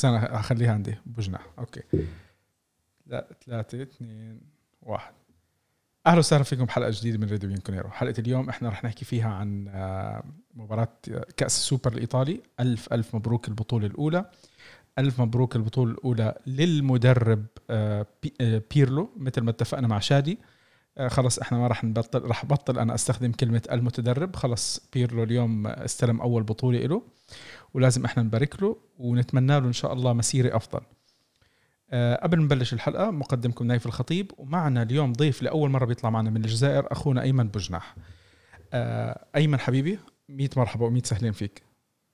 أنا أخليها عندي بجناح. أوكي، لا 3 2 1. أهلا وسهلا فيكم حلقة جديدة من راديو بينكونيرو. حلقة اليوم إحنا رح نحكي فيها عن مباراة كأس السوبر الإيطالي. ألف مبروك البطولة الأولى. ألف مبروك البطولة الأولى للمدرب بيرلو. مثل ما اتفقنا مع شادي، خلص إحنا ما رح نبطل، رح بطل أنا أستخدم كلمة المتدرب. خلص بيرلو اليوم استلم أول بطولة له، ولازم إحنا نبارك له ونتمنى له إن شاء الله مسيرة أفضل. قبل ما نبلش الحلقة، مقدمكم نايف الخطيب، ومعنا اليوم ضيف لأول مرة بيطلع معنا من الجزائر، أخونا أيمن بجناح. أيمن حبيبي، 100 مرحبا و100 سهلين فيك.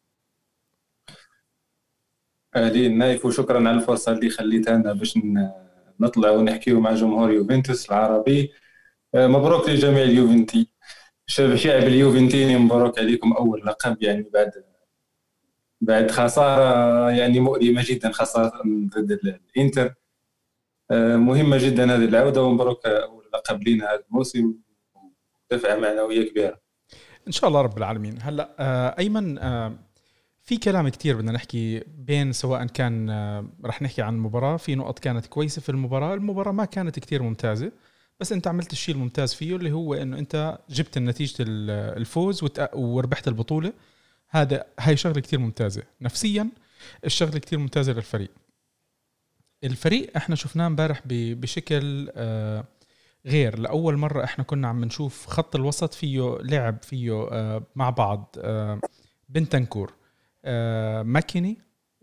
أهلين نايف، وشكرا على الفرصة اللي خليتها لنا باش نطلع ونحكيو مع جمهور يوفنتوس العربي. مبروك لجميع اليوفنتي، شعب اليوفنتيني، مبروك عليكم أول لقب، يعني بعد خسارة يعني مؤلمة جدا، خسارة ضد الإنتر. مهمة جدا هذه العودة، ومبروك أول لقب لنا هذا الموسم، دفعة معنوية كبيرة إن شاء الله رب العالمين. هلأ أيمن، في كلام كتير بدنا نحكي بين، سواء كان رح نحكي عن المباراة. في نقط كانت كويسة في المباراة ما كانت كتير ممتازة، بس أنت عملت الشيء الممتاز فيه اللي هو إنه أنت جبت النتيجة الفوز وربحت البطولة. هاي شغلة كتير ممتازة نفسيا. الشغلة كتير ممتازة للفريق. الفريق احنا شفناه امبارح بشكل غير. لأول مرة احنا كنا عم نشوف خط الوسط فيه لعب فيه مع بعض بنتنكور، ماكيني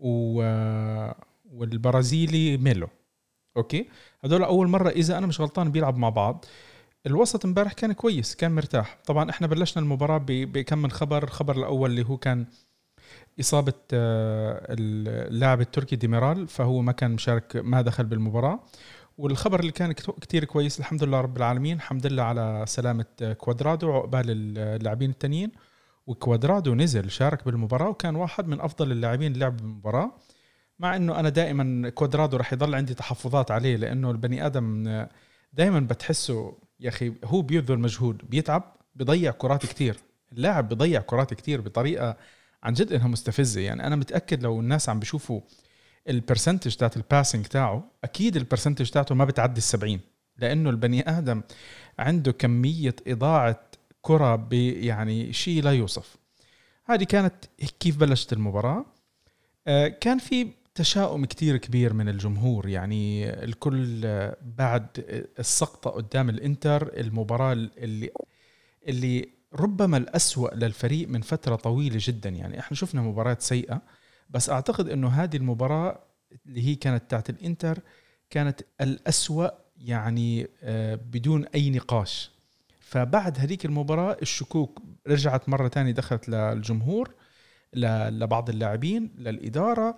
والبرازيلي ميلو. اوكي، هذول اول مرة اذا انا مش غلطان بيلعب مع بعض. الوسط امبارح كان كويس، كان مرتاح. طبعا احنا بلشنا المباراة بكم من الخبر الاول اللي هو كان إصابة اللاعب التركي ديميرال، فهو ما كان مشارك، ما دخل بالمباراة. والخبر اللي كان كتير كويس، الحمد لله رب العالمين، الحمد لله على سلامة كوادرادو وعقبال اللاعبين التانيين. وكوادرادو نزل شارك بالمباراة، وكان واحد من أفضل اللاعبين اللي لعب بالمباراة. مع أنه أنا دائما كوادرادو رح يضل عندي تحفظات عليه، لأنه البني آدم دائما بتحسه يا أخي هو بيبذل مجهود، بيتعب، بيضيع كرات كتير. اللاعب بيضيع كرات كتير بطريقة عن جد انها مستفزه. يعني انا متاكد لو الناس عم بيشوفوا البرسنتج تاعت الباسنج تاعه، اكيد البرسنتج تاعته ما بتعدي 70، لانه البني ادم عنده كميه اضاعه كره يعني شيء لا يوصف. هذه كانت كيف بلشت المباراه. كان في تشاؤم كتير كبير من الجمهور، يعني الكل بعد السقطه قدام الانتر، المباراه اللي ربما الأسوأ للفريق من فترة طويلة جدا. يعني احنا شفنا مباراة سيئة، بس اعتقد انه هذه المباراة اللي هي كانت تحت الانتر كانت الأسوأ، يعني بدون اي نقاش. فبعد هذيك المباراة الشكوك رجعت مرة تانية، دخلت للجمهور، لبعض اللاعبين، للإدارة،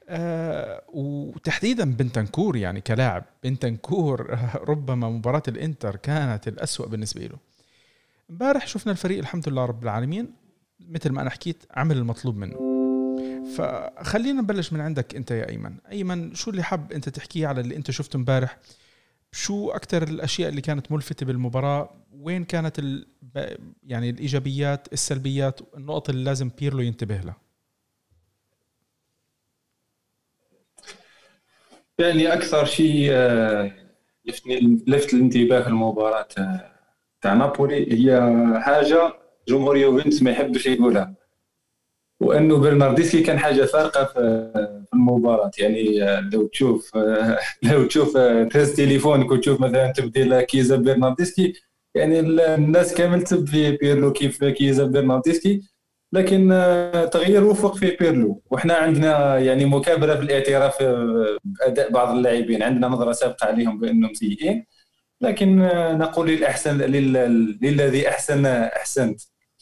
وتحديدا بنتنكور. يعني كلاعب بنتنكور ربما مباراة الانتر كانت الأسوأ بالنسبة له. امبارح شفنا الفريق الحمد لله رب العالمين مثل ما أنا حكيت عمل المطلوب منه. فخلينا نبلش من عندك أنت يا أيمن، شو اللي حب أنت تحكيه على اللي أنت شفته امبارح؟ شو أكتر الأشياء اللي كانت ملفتة بالمباراة؟ وين كانت يعني الإيجابيات، السلبيات، النقط اللي لازم بيرلو ينتبه لها؟ يعني أكثر شيء لفت الانتباه في المباراة تاع نابولي هي حاجة جمهور يوفنتوس ما يحبش يقولها، وأنه برناردسكي كان حاجة فارقة في المباراة. يعني لو تشوف تهز تليفونك وتشوف مثلا تبديل كيزا برناردسكي، يعني الناس كامل تب في بيرلو كيف كيزا برناردسكي، لكن تغيير وفق في بيرلو. وإحنا عندنا يعني مكابرة في الاعتراف بأداء بعض اللاعبين، عندنا نظرة سابقة عليهم بأنهم سيئين، لكن نقول للذي أحسن أحسنت.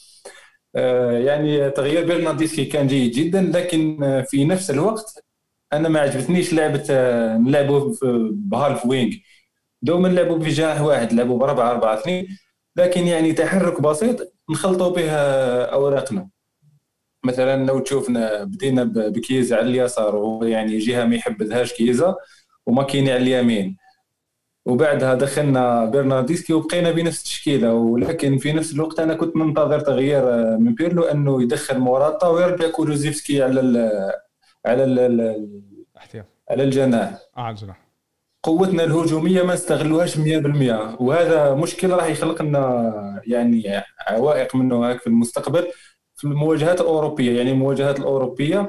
يعني تغيير برناردسكي كان جيد جدا، لكن في نفس الوقت انا ما عجبتنيش لعبه نلعبوا بهالف وينج. دوما نلعبوا بجناح واحد، نلعبوا ب4-4-2، لكن يعني تحرك بسيط نخلطوا به اوراقنا. مثلا لو تشوفنا بدينا بكيزا على اليسار، ويعني جهه ما يحبذهاش كيزا، وماكيني على اليمين، وبعدها دخلنا برناردسكي وبقينا بنفس التشكيله. ولكن في نفس الوقت انا كنت منتظر تغيير من بيرلو، انه يدخل موراتا ويرجع كولوزيفسكي على احتياط. على الجناح. على الجناح. قوتنا الهجوميه ما نستغلوهاش 100%، وهذا مشكل راح يخلق لنا يعني عوائق منه هاك في المستقبل في المواجهات الاوروبيه. يعني المواجهات الاوروبيه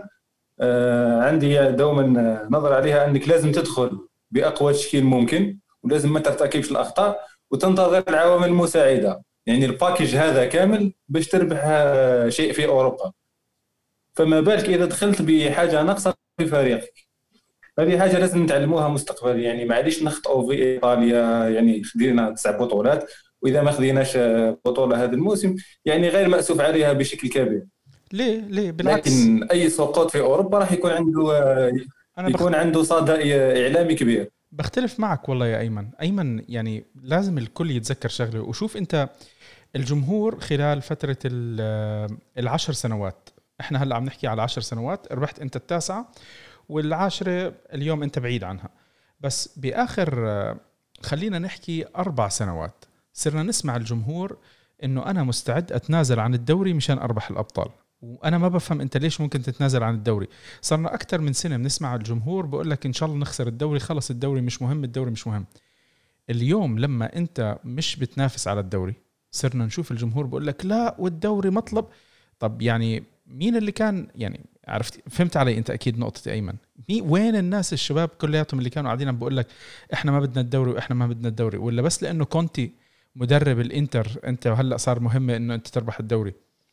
عندي دوما نظر عليها انك لازم تدخل باقوى تشكيل ممكن، ولازم ما ترتكبش الاخطاء وتنتظر العوامل المساعده، يعني الباكيج هذا كامل باش تربح شيء في اوروبا. فما بالك اذا دخلت بحاجه ناقصه في فريقك. هذه حاجه لازم نتعلموها مستقبلا. يعني معليش نخطئوا في ايطاليا، يعني خدينا 9 بطولات، واذا ما خديناش بطوله هذا الموسم يعني غير مأسوف عليها بشكل كبير. ليه بالعكس. لكن اي سقوط في اوروبا راح يكون عنده انا يكون عنده صدى اعلامي كبير. بختلف معك والله يا ايمن. يعني لازم الكل يتذكر شغله. وشوف انت، الجمهور خلال فترة 10 سنوات، احنا هلا عم نحكي على 10 سنوات، ربحت انت التاسعة والعاشرة اليوم انت بعيد عنها. بس باخر خلينا نحكي 4 سنوات صرنا نسمع الجمهور انه انا مستعد اتنازل عن الدوري مشان اربح الابطال. وانا ما بفهم انت ليش ممكن تتنازل عن الدوري. صرنا اكثر من سنة بنسمع الجمهور بقول لك ان شاء الله نخسر الدوري، خلص الدوري مش مهم، الدوري مش مهم. اليوم لما انت مش بتنافس على الدوري صرنا نشوف الجمهور بقول لك لا والدوري مطلب. طب يعني مين اللي كان يعني عرفت فهمت علي انت اكيد نقطة ايمن. وين الناس الشباب كلياتهم اللي كانوا قاعدين عم بقول لك احنا ما بدنا الدوري واحنا ما بدنا الدوري؟ ولا بس لانه كونتي مدرب الانتر انت هلا صار مهم انه انت تربح الدوري؟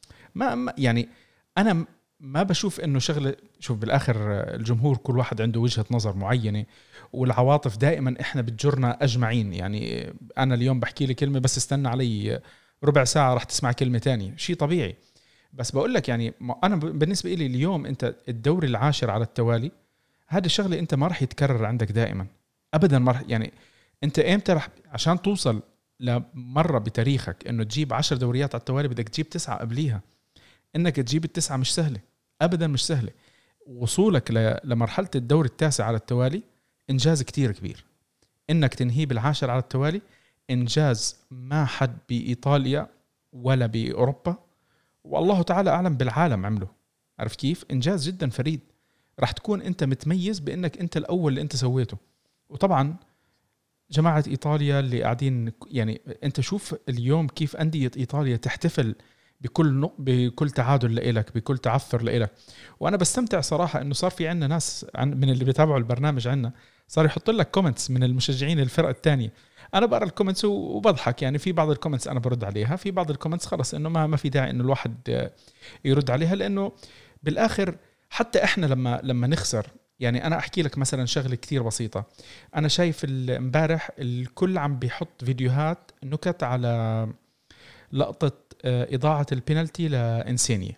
يعني انا ما بشوف انه شغله. شوف بالاخر الجمهور كل واحد عنده وجهة نظر معينة، والعواطف دائما احنا بتجرنا اجمعين. يعني انا اليوم بحكي لي كلمة بس استنى علي ربع ساعة راح تسمع كلمة تانية، شيء طبيعي. بس بقول لك يعني انا بالنسبة لي اليوم انت الدوري العاشر على التوالي، هذا الشغله انت ما راح يتكرر عندك دائما ابدا. ما راح يعني انت امتى راح عشان توصل لمره بتاريخك انه تجيب 10 دوريات على التوالي بدك تجيب 9 قبليها. انك تجيب التسعة مش سهله ابدا، مش سهله. وصولك لمرحله الدوري التاسع على التوالي انجاز كتير كبير. انك تنهي بالعاشر على التوالي انجاز ما حد بايطاليا ولا باوروبا والله تعالى اعلم بالعالم عمله. عرفت كيف؟ انجاز جدا فريد. راح تكون انت متميز بانك انت الاول اللي انت سويته. وطبعا جماعة ايطاليا اللي قاعدين يعني انت شوف اليوم كيف اندية ايطاليا تحتفل بكل تعادل لإلك، بكل تعثر لإلك. وانا بستمتع صراحة انه صار في عنا ناس من اللي بيتابعوا البرنامج عنا صار يحط لك كومنتس من المشجعين الفرق الثانية. انا بقرا الكومنتس وبضحك. يعني في بعض الكومنتس انا برد عليها، في بعض الكومنتس خلص انه ما في داعي انه الواحد يرد عليها، لانه بالاخر حتى احنا لما نخسر. يعني انا احكي لك مثلا شغله كتير بسيطه. انا شايف امبارح الكل عم بيحط فيديوهات نكت على لقطه اضاعه البينالتي لانسيني.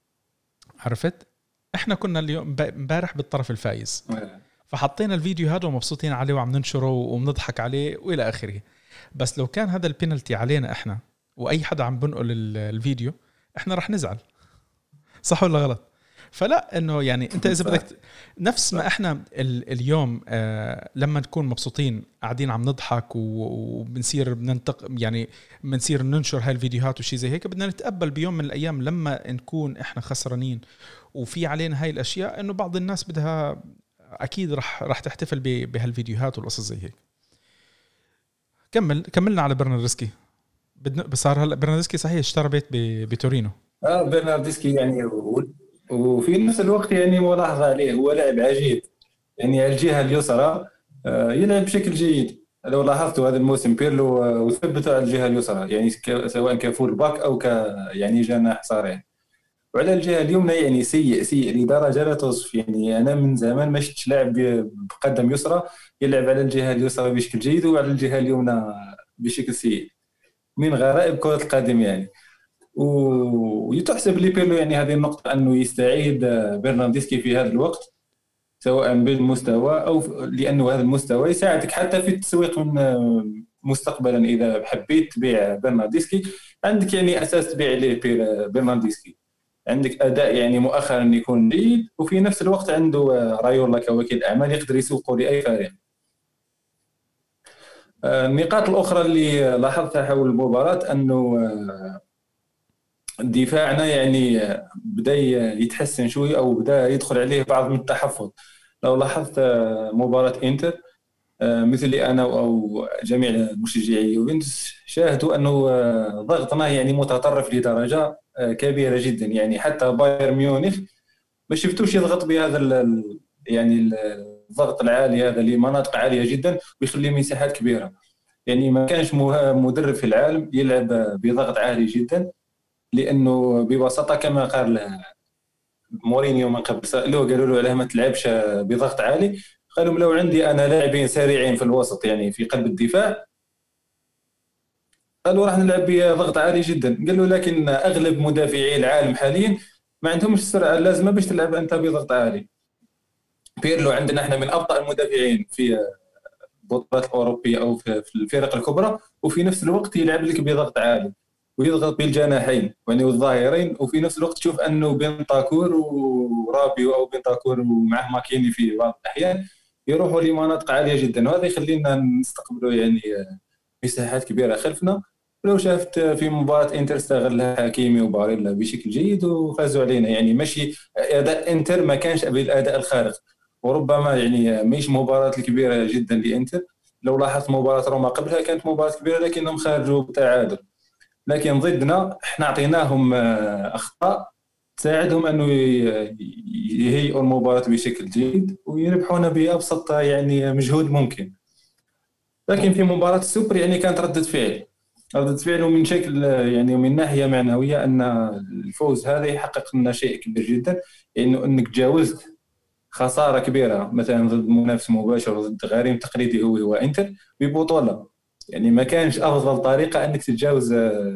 عرفت؟ احنا كنا اليوم امبارح بالطرف الفايز، فحطينا الفيديو هذا ومبسوطين عليه وعم ننشره وبنضحك عليه والى اخره. بس لو كان هذا البينالتي علينا احنا واي حدا عم بنقل الفيديو احنا رح نزعل. صح ولا غلط؟ فلا انه يعني انت اذا بدك نفس ما احنا اليوم لما نكون مبسوطين قاعدين عم نضحك وبنصير يعني بنصير ننشر هاي الفيديوهات وشي زي هيك، بدنا نتقبل بيوم من الايام لما نكون احنا خسرانين وفي علينا هاي الاشياء انه بعض الناس بدها اكيد راح تحتفل بهالفيديوهات والقصص زي هيك. كملنا على برناردسكي. صار هلا برناردسكي صحيح اشترى بيت بتورينو. برناردسكي يعني وفي نفس الوقت يعني ملاحظة عليه هو لاعب عجيب. يعني على الجهة اليسرى يلعب بشكل جيد. لو لاحظتوا هذا الموسم بيرلو وثبته على الجهة اليسرى، يعني سواء كفول باك أو يعني جناح صريح. وعلى الجهة اليمنى يعني سيء لدرجة لا توصف. يعني أنا من زمان ما شفتش لاعب بقدم يسرى يلعب على الجهة اليسرى بشكل جيد وعلى الجهة اليمنى بشكل سيء. من غرائب كرة القدم يعني. ويتحسب لبيرلو يعني هذه النقطة أنه يستعيد برناردسكي في هذا الوقت، سواء بالمستوى أو لأنه هذا المستوى يساعدك حتى في التسويق من مستقبلا. إذا حبيت تبيع برناردسكي عندك يعني أساس تبيع عليه برناردسكي. عندك أداء يعني مؤخرا يكون جيد، وفي نفس الوقت عنده رايولا كوكيل أعمال يقدر يسوقه لأي فريق. النقاط الأخرى اللي لاحظتها حول المباراة أنه دفاعنا يعني بدا يتحسن شوي، او بدا يدخل عليه بعض من التحفظ. لو لاحظت مباراة انتر، مثلي انا او جميع مشجعي يوفنتوس شاهدوا انه ضغطنا يعني متطرف لدرجة كبيرة جدا. يعني حتى بايرن ميونخ ما شفتوش يضغط بهذا يعني الضغط العالي هذا لمناطق عالية جدا ويخلي مساحات كبيرة. يعني ما كانش مدرب في العالم يلعب بضغط عالي جدا، لانه ببساطه كما قال مورينيو من قبل، سالوه قالوا له علاه ما تلعبش بضغط عالي. قال لهم لو عندي انا لاعبين سريعين في الوسط يعني في قلب الدفاع، قالوا راح نلعب بضغط عالي جدا. قال له لكن اغلب مدافعي العالم حاليا ما عندهمش السرعه اللازمه باش تلعب انت بضغط عالي. بيرلو عندنا احنا من ابطا المدافعين في البطولات الاوروبيه او في الفرق الكبرى، وفي نفس الوقت يلعب لك بضغط عالي ويضغط بالجناحين يعني والظاهرين. وفي نفس الوقت تشوف انه بنتاكور ورابيو او بنتاكور ومعه ماكيني في بعض الاحيان يروحوا لمناطق عاليه جدا، وهذا يخلينا نستقبلوا يعني مساحات كبيره خلفنا. ولو شافت في مباراه انتر استغلها حكيمي وباريلا بشكل جيد وفازوا علينا. يعني ماشي اداء انتر ما كانش بالاداء الخارق، وربما يعني مش مباراه كبيره جدا لانتر. لو لاحظت مباراه روما قبلها كانت مباراه كبيره لكنهم خرجوا بتعادل. لكن ضدنا احنا اعطيناهم اخطاء تساعدهم انه يهيئوا المباراه بشكل جيد ويربحونا بابسط يعني مجهود ممكن. لكن في مباراه السوبر يعني كانت ردة فعله من شكل يعني من ناحيه معنويه ان الفوز هذا يحقق لنا شيء كبير جدا، انه انك تجاوزت خساره كبيره مثلا ضد منافس مباشر ضد غريم تقليدي هو انتر ببطوله. يعني ما كانش افضل طريقه انك تتجاوز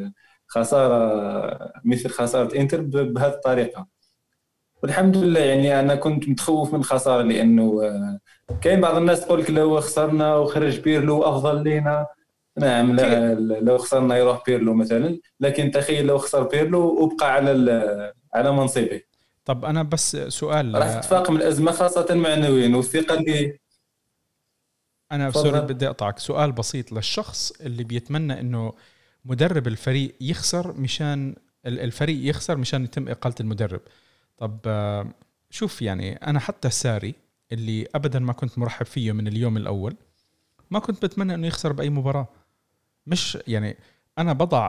خساره مثل خساره انتر بهذه الطريقه. والحمد لله يعني انا كنت متخوف من الخساره، لانه كاين بعض الناس تقول لك لو خسرنا وخرج بيرلو افضل لينا. نعم، كتير. لا لو خسرنا يروح بيرلو مثلا، لكن تخيل لو خسر بيرلو وبقى على على منصبه، طب انا بس سؤال، راح تتفاقم الازمه خاصه معنويا والثقه اللي. انا سوري تفضل. بدي اقطعك، سؤال بسيط للشخص اللي بيتمنى انه مدرب الفريق يخسر مشان الفريق يخسر مشان يتم اقالة المدرب. طب شوف، يعني انا حتى الساري اللي ابدا ما كنت مرحب فيه من اليوم الاول، ما كنت بتمنى انه يخسر باي مباراة. مش يعني انا بضع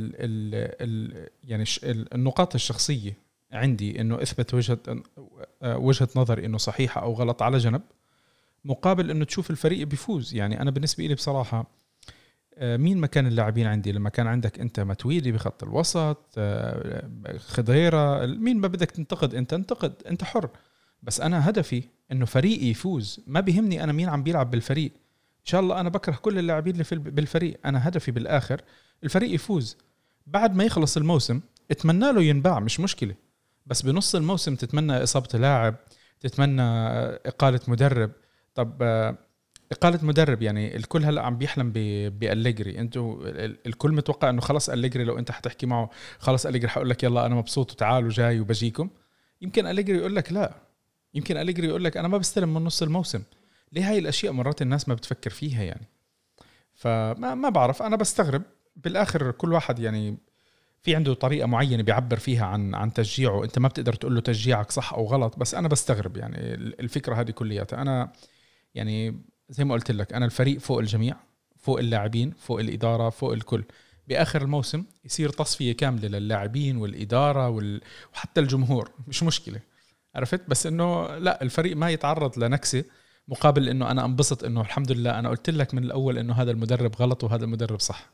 يعني النقاط الشخصية عندي انه اثبت وجهة نظري انه صحيحة او غلط على جنب، مقابل انه تشوف الفريق بيفوز. يعني انا بالنسبه لي بصراحه، مين ما كان اللاعبين عندي، لما كان عندك انت متويلي بخط الوسط، خضيره، مين ما بدك تنتقد انت انتقد، انت حر. بس انا هدفي انه فريقي يفوز، ما بيهمني انا مين عم بيلعب بالفريق. ان شاء الله انا بكره كل اللاعبين اللي في بالفريق، انا هدفي بالاخر الفريق يفوز. بعد ما يخلص الموسم اتمنى له ينباع، مش مشكله. بس بنص الموسم تتمنى اصابه لاعب، تتمنى اقاله مدرب. طب إقالة مدرب، يعني الكل هلا عم بيحلم بأليجري. انتوا الكل متوقع انه خلص أليجري لو انت حتحكي معه خلص أليجري حقول لك يلا انا مبسوط وتعالوا جاي وبجيكم. يمكن أليجري يقول لك لا، يمكن أليجري يقول لك انا ما بستلم من نص الموسم. ليه؟ هاي الاشياء مرات الناس ما بتفكر فيها يعني. فما بعرف، انا بستغرب. بالاخر كل واحد يعني في عنده طريقة معينة بيعبر فيها عن تشجيعه، انت ما بتقدر تقول له تشجيعك صح او غلط. بس انا بستغرب يعني الفكرة هذه كلياتها. انا يعني زي ما قلت لك، أنا الفريق فوق الجميع، فوق اللاعبين، فوق الإدارة، فوق الكل. بآخر الموسم يصير تصفية كاملة للاعبين والإدارة وحتى الجمهور، مش مشكلة. عرفت؟ بس إنه لا، الفريق ما يتعرض لنكسة مقابل إنه أنا أنبسط إنه الحمد لله أنا قلت لك من الأول إنه هذا المدرب غلط وهذا المدرب صح.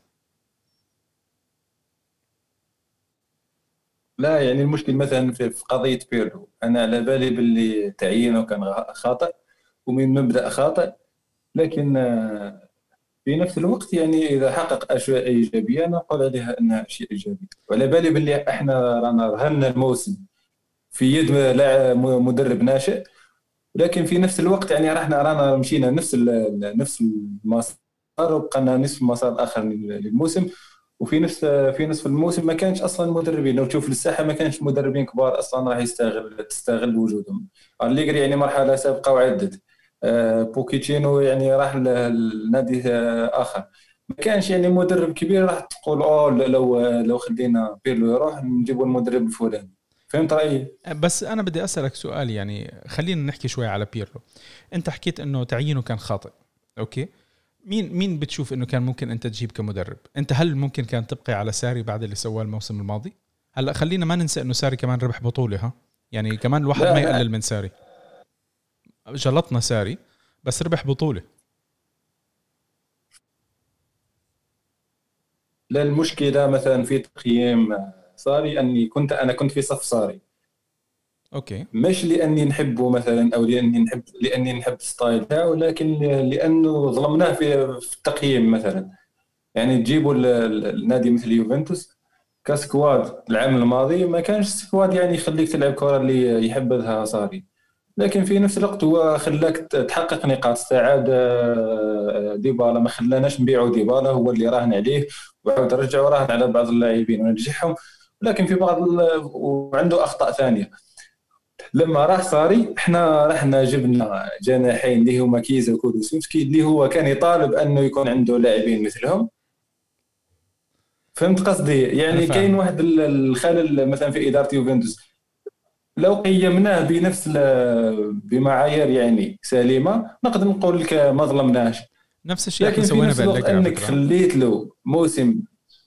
لا يعني المشكل مثلا في قضيه بيرلو، انا على بالي باللي تعيينه كان خاطئ ومن مبدا خاطئ. لكن في نفس الوقت يعني اذا حقق اشياء ايجابيه نقول عليها انها اشياء ايجابيه. وعلى بالي باللي احنا رانا رهنا الموسم في يد لاعب مدرب ناشئ. لكن في نفس الوقت يعني رانا مشينا نفس المسار وبقينا نصف المسار الاخر للموسم. وفي نصف الموسم ما كانش اصلا مدربين، لو تشوف للساحه ما كانش مدربين كبار اصلا راح تستغل وجودهم. أليجري يعني مرحله سابقه وعدت، بوكيتشينو يعني راح لنادي اخر. ما كانش يعني مدرب كبير راح تقول لو خلينا بيرلو يروح نجيبوا المدرب الفلاني. فهمت رأيي؟ بس أنا بدي أسألك سؤال، يعني خلينا نحكي شوي على بيرلو. أنت حكيت إنه تعيينه كان خاطئ، أوكي. مين بتشوف إنه كان ممكن أنت تجيب كمدرب؟ أنت هل ممكن كان تبقي على ساري بعد اللي سواه الموسم الماضي؟ هلا خلينا ما ننسى إنه ساري كمان ربح بطولة، ها، يعني كمان الواحد لا ما لا يقلل من ساري. جلطنا ساري بس ربح بطولة. لا، المشكلة مثلا في تقييم صاري أني كنت في صف صاري. أوكي. مش لاني نحبه مثلا او لاني نحب الستايل تاعو، لكن لانه ظلمناه في التقييم مثلا. يعني تجيبوا النادي مثل يوفنتوس كسكواد العام الماضي ما كانش سكواد يعني يخليك تلعب كرة اللي يحبذها صاري. لكن في نفس الوقت هو خلاك تحقق نقاط، استعاد ديبالا، ما خلاناش نبيعوا ديبالا، هو اللي راهن عليه وعاود رجع وراهن على بعض اللاعبين ونجحهم. لكن في وعنده اخطاء ثانيه. لما راح صاري احنا رحنا جبنا جناحين اللي هما كيزا وكولوسوفسكي، اللي هو كان يطالب انه يكون عنده لاعبين مثلهم. فهمت قصدي؟ أنا يعني كاين فاهم. واحد الخلل مثلا في اداره يوفنتوس. لو قيمناه بمعايير يعني سليمه نقدر نقول لك ما ظلمناش. نفس الشيء احنا لكن في سوينا نفس الوقت بأليجري على انك فكرة. خليت له موسم.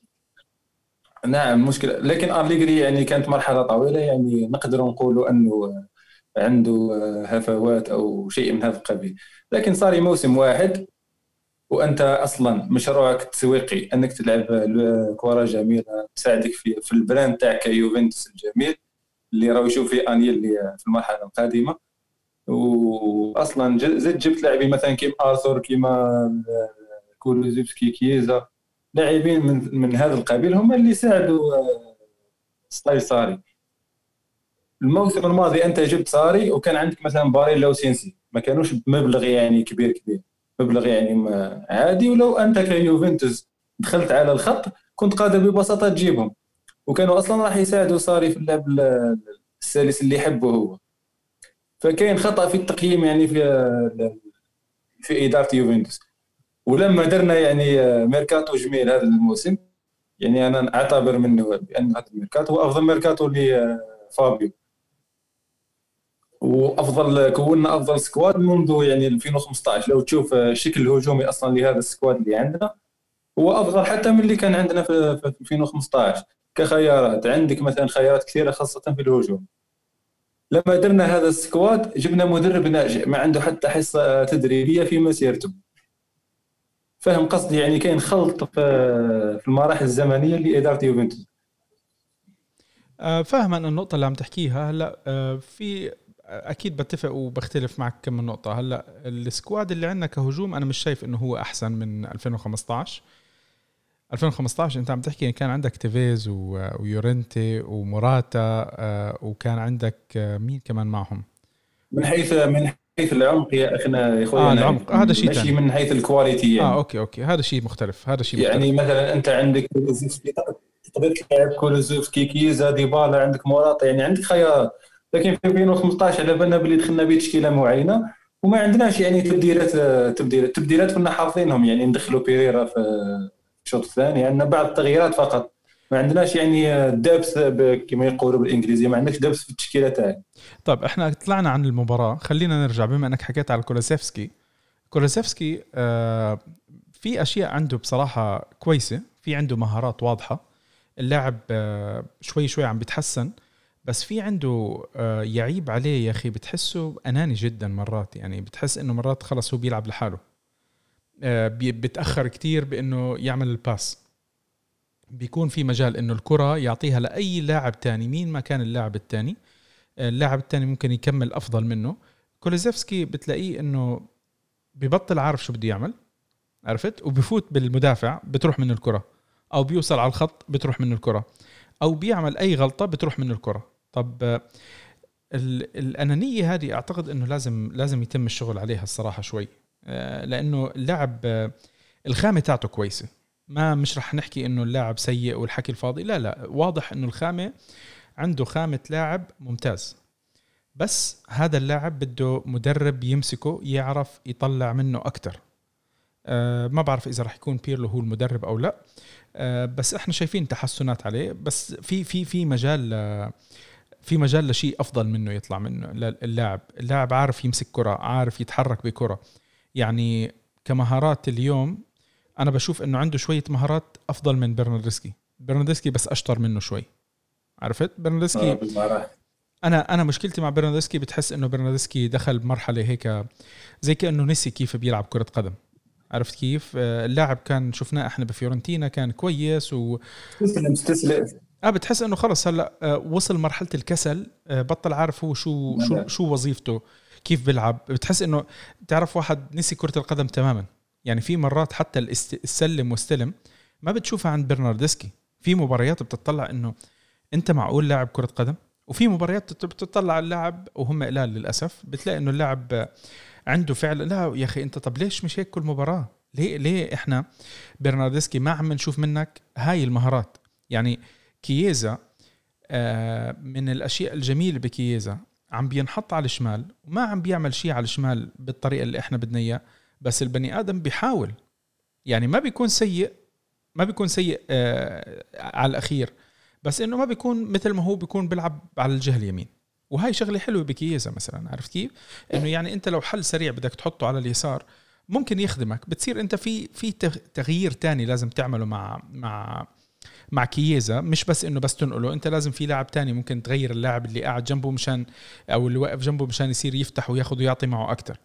نعم مشكله، لكن أليجري يعني كانت مرحله طويله، يعني نقدر نقولوا انه عنده هفوات او شيء من هذا القبيل. لكن صار موسم واحد، وانت اصلا مشروعك التسويقي انك تلعب كره جميله تساعدك في البراند تاعك يوفنتوس الجميل اللي راهو يشوف فيه انيل اللي في المرحله القادمه. واصلا زدت جبت لاعبين مثلا كيما ارثور، كيما كولوزيفسكي، كييزا، لاعبين من هذا القبيل هم اللي ساعدوا ستايل صاري. الموسم الماضي انت جبت صاري وكان عندك مثلا باريلا وسينسي، ما كانوش بمبلغ يعني كبير، مبلغ يعني عادي. ولو انت كيوفنتوس دخلت على الخط كنت قادر ببساطه تجيبهم، وكانوا اصلا راح يساعدوا صاري في اللعب السلس اللي يحبه هو. فكاين خطا في التقييم يعني في اداره يوفنتوس. ولما درنا يعني ميركاتو جميل هذا الموسم، يعني انا اعتبر منه بان هذا الميركاتو هو افضل ميركاتو لفابيو، وافضل كونا افضل سكواد منذ يعني 2015. لو تشوف الشكل الهجومي اصلا لهذا السكواد اللي عندنا هو افضل حتى من اللي كان عندنا في 2015. كخيارات عندك مثلا خيارات كثيره خاصه في الهجوم. لما درنا هذا السكواد جبنا مدرب ناجح ما عنده حتى حصه تدريبيه في مسيرته. فهم قصدي؟ يعني كاين خلط في المراحل الزمنيه لاداره يوفنتوس. فاهم أن النقطة اللي عم تحكيها هلا. في أكيد بتفق وبختلف معك كم من نقطة. هلا السكواد اللي عندنا كهجوم أنا مش شايف إنه هو أحسن من 2015. 2015 أنت عم تحكي كان عندك تيفيز ويورنتي وموراتا، وكان عندك مين كمان معهم؟ من حيث العمق يا اخنا يا اخويا نعم، العمق هذا شيء ماشي تاني. من حيث الكواليتي يعني. أوكي هذا شيء مختلف، هذا شيء يعني مختلف. مثلا انت عندك كولوزوفسكي، تقدر تلعب كولوزوفسكي، كيزا، ديبالا، عندك موراتا، يعني عندك خيارات. لكن في 2015 على بالنا بلي دخلنا بتشكيله معينه وما عندناش يعني تبديلات كنا حافظينهم، يعني ندخلوا بيريرا في الشوط الثاني، عندنا بعض التغييرات فقط. ما عندناش يعني دبث كما يقولوا بالانجليزيه، ما عندكش دبث في التشكيله تاعك. طيب احنا طلعنا عن المباراة، خلينا نرجع بما انك حكيت على كولوسيفسكي. كولوسيفسكي في اشياء عنده بصراحة كويسة، في عنده مهارات واضحة. اللاعب شوي شوي عم بيتحسن، بس في عنده يعيب عليه يا اخي، بتحسه اناني جدا مرات. يعني بتحس انه مرات خلص هو بيلعب لحاله. بتأخر كتير بانه يعمل الباس. بيكون في مجال انه الكرة يعطيها لاي لاعب تاني مين ما كان اللاعب التاني. اللاعب التاني ممكن يكمل أفضل منه. كولوزيفسكي بتلاقيه إنه ببطل عارف شو بده يعمل، عرفت، وبفوت بالمدافع بتروح من الكرة، أو بيوصل على الخط بتروح من الكرة، أو بيعمل أي غلطة بتروح من الكرة. طب الأنانية هذه أعتقد إنه لازم يتم الشغل عليها الصراحة شوي. لأنه اللاعب الخامة تاعته كويسة. ما مش رح نحكي إنه اللاعب سيء والحكي الفاضي، لا واضح إنه الخامة عنده خامة لاعب ممتاز. بس هذا اللاعب بده مدرب يمسكه يعرف يطلع منه أكتر. ما بعرف اذا راح يكون بيرلو هو المدرب او لا. بس احنا شايفين تحسنات عليه، بس في مجال في مجال لشيء افضل منه يطلع منه. اللاعب عارف يمسك كرة، عارف يتحرك بكرة. يعني كمهارات اليوم انا بشوف انه عنده شوية مهارات افضل من برناردسكي بس اشطر منه شوي. عرفت برناردسكي؟ بالمراحل. انا مشكلتي مع برناردسكي بتحس انه برناردسكي دخل بمرحلة هيك زي كأنه نسي كيف بيلعب كرة قدم. عرفت كيف؟ اللاعب كان شفناه احنا بفيورنتينا كان كويس مستسلم. بتحس انه خلص هلا وصل مرحله الكسل. بطل عارف هو شو وظيفته، كيف بيلعب. بتحس انه تعرف واحد نسي كره القدم تماما. يعني في مرات حتى السلم واستلم ما بتشوفها عند برناردسكي. في مباريات بتطلع انه انت معقول لاعب كره قدم، وفي مباريات بتطلع اللاعب وهم قلال للاسف بتلاقي انه اللاعب عنده فعل. لا يا اخي انت طب ليش مش هيك كل مباراه؟ ليه احنا برناردسكي ما عم نشوف منك هاي المهارات؟ يعني كييزا من الأشياء الجميلة بكييزا عم بينحط على الشمال وما عم بيعمل شيء على الشمال بالطريقة اللي احنا بدنا إياه، بس البني آدم بيحاول. يعني ما بيكون سيء، ما بيكون سيء على الأخير، بس إنه ما بيكون مثل ما هو بيكون بيلعب على الجهة اليمين. وهاي شغلة حلوة بكييزا مثلا. عرفت كيف؟ إنه يعني أنت لو حل سريع بدك تحطه على اليسار ممكن يخدمك. بتصير أنت في تغيير تاني لازم تعمله مع كييزا. مش بس انه بس تنقله، انت لازم في لاعب تاني ممكن تغير اللاعب اللي قاعد جنبه مشان او اللي واقف جنبه مشان يصير يفتح وياخذ ويعطي معه اكتر.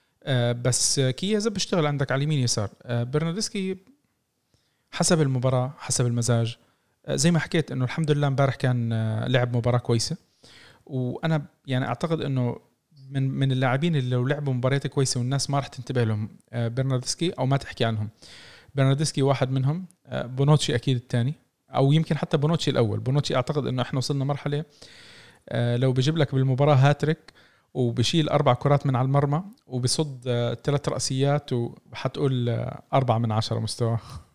بس كييزا بيشتغل عندك على اليمين يسار. برناردسكي حسب المباراة حسب المزاج. زي ما حكيت انه الحمد لله امبارح كان لعب مباراة كويسة. وانا يعني اعتقد انه من اللاعبين اللي لو لعبوا مباريات كويسة والناس ما راح تنتبه لهم برناردسكي او ما تحكي عنهم. برناردسكي واحد منهم. بونوتشي اكيد الثاني، او يمكن حتى بونوتشي الاول. بونوتشي اعتقد انه احنا وصلنا مرحله لو بيجيب لك بالمباراه هاتريك وبشيل 4 كرات من على المرمى وبصد 3 رأسيات وحتقول 4 من 10 مستوى.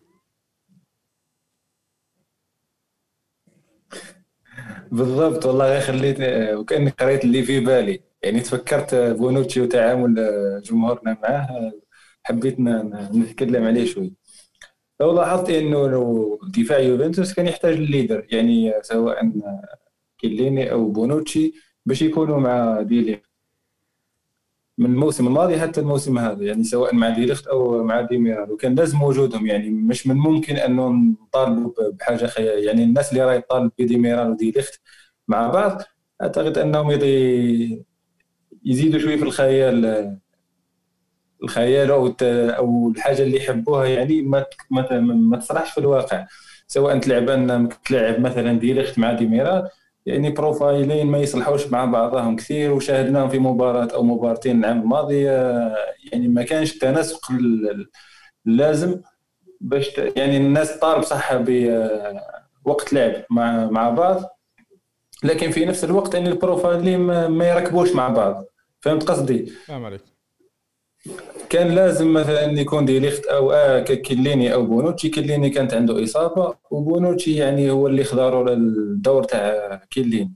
بالضبط والله، خليت وكأني قريت اللي في بالي. يعني تفكرت بونوتشي وتعامل جمهورنا معه، حبيت نتكلم عليه شوي. لو لاحظت انه لو دفاع يوفنتوس كان يحتاج الليدر، يعني سواء كيليني او بونوتشي، باش يكونوا مع ديلي من الموسم الماضي حتى الموسم هذا. يعني سواء مع ديليخت او مع ديميرال، وكان لازم وجودهم. يعني مش من ممكن انه نطالبوا بحاجه خيال. يعني الناس اللي راهي تطالب بديميرال وديليخت مع بعض، اعتقد انهم يزيدوا شوي في الخيال او الحاجه اللي يحبوها. يعني ما تصلحش في الواقع. سواء تلعب مثلا ديليخت مع ديميرال، يعني بروفايلين ما يصلحوش مع بعضهم كثير، وشاهدناهم في مباراة او مباراتين العام الماضي. يعني ما كانش التناسق اللازم باش يعني الناس طالب صح بوقت لعب مع بعض، لكن في نفس الوقت ان البروفايلين ما يركبوش مع بعض. فهمت قصدي؟ فاهم عليك. كان لازم مثلا يكون دي ليخت او كيليني او بونوتشي. كيليني كانت عنده اصابه، وبونوتشي يعني هو اللي خضاروا للدور تاع كيليني.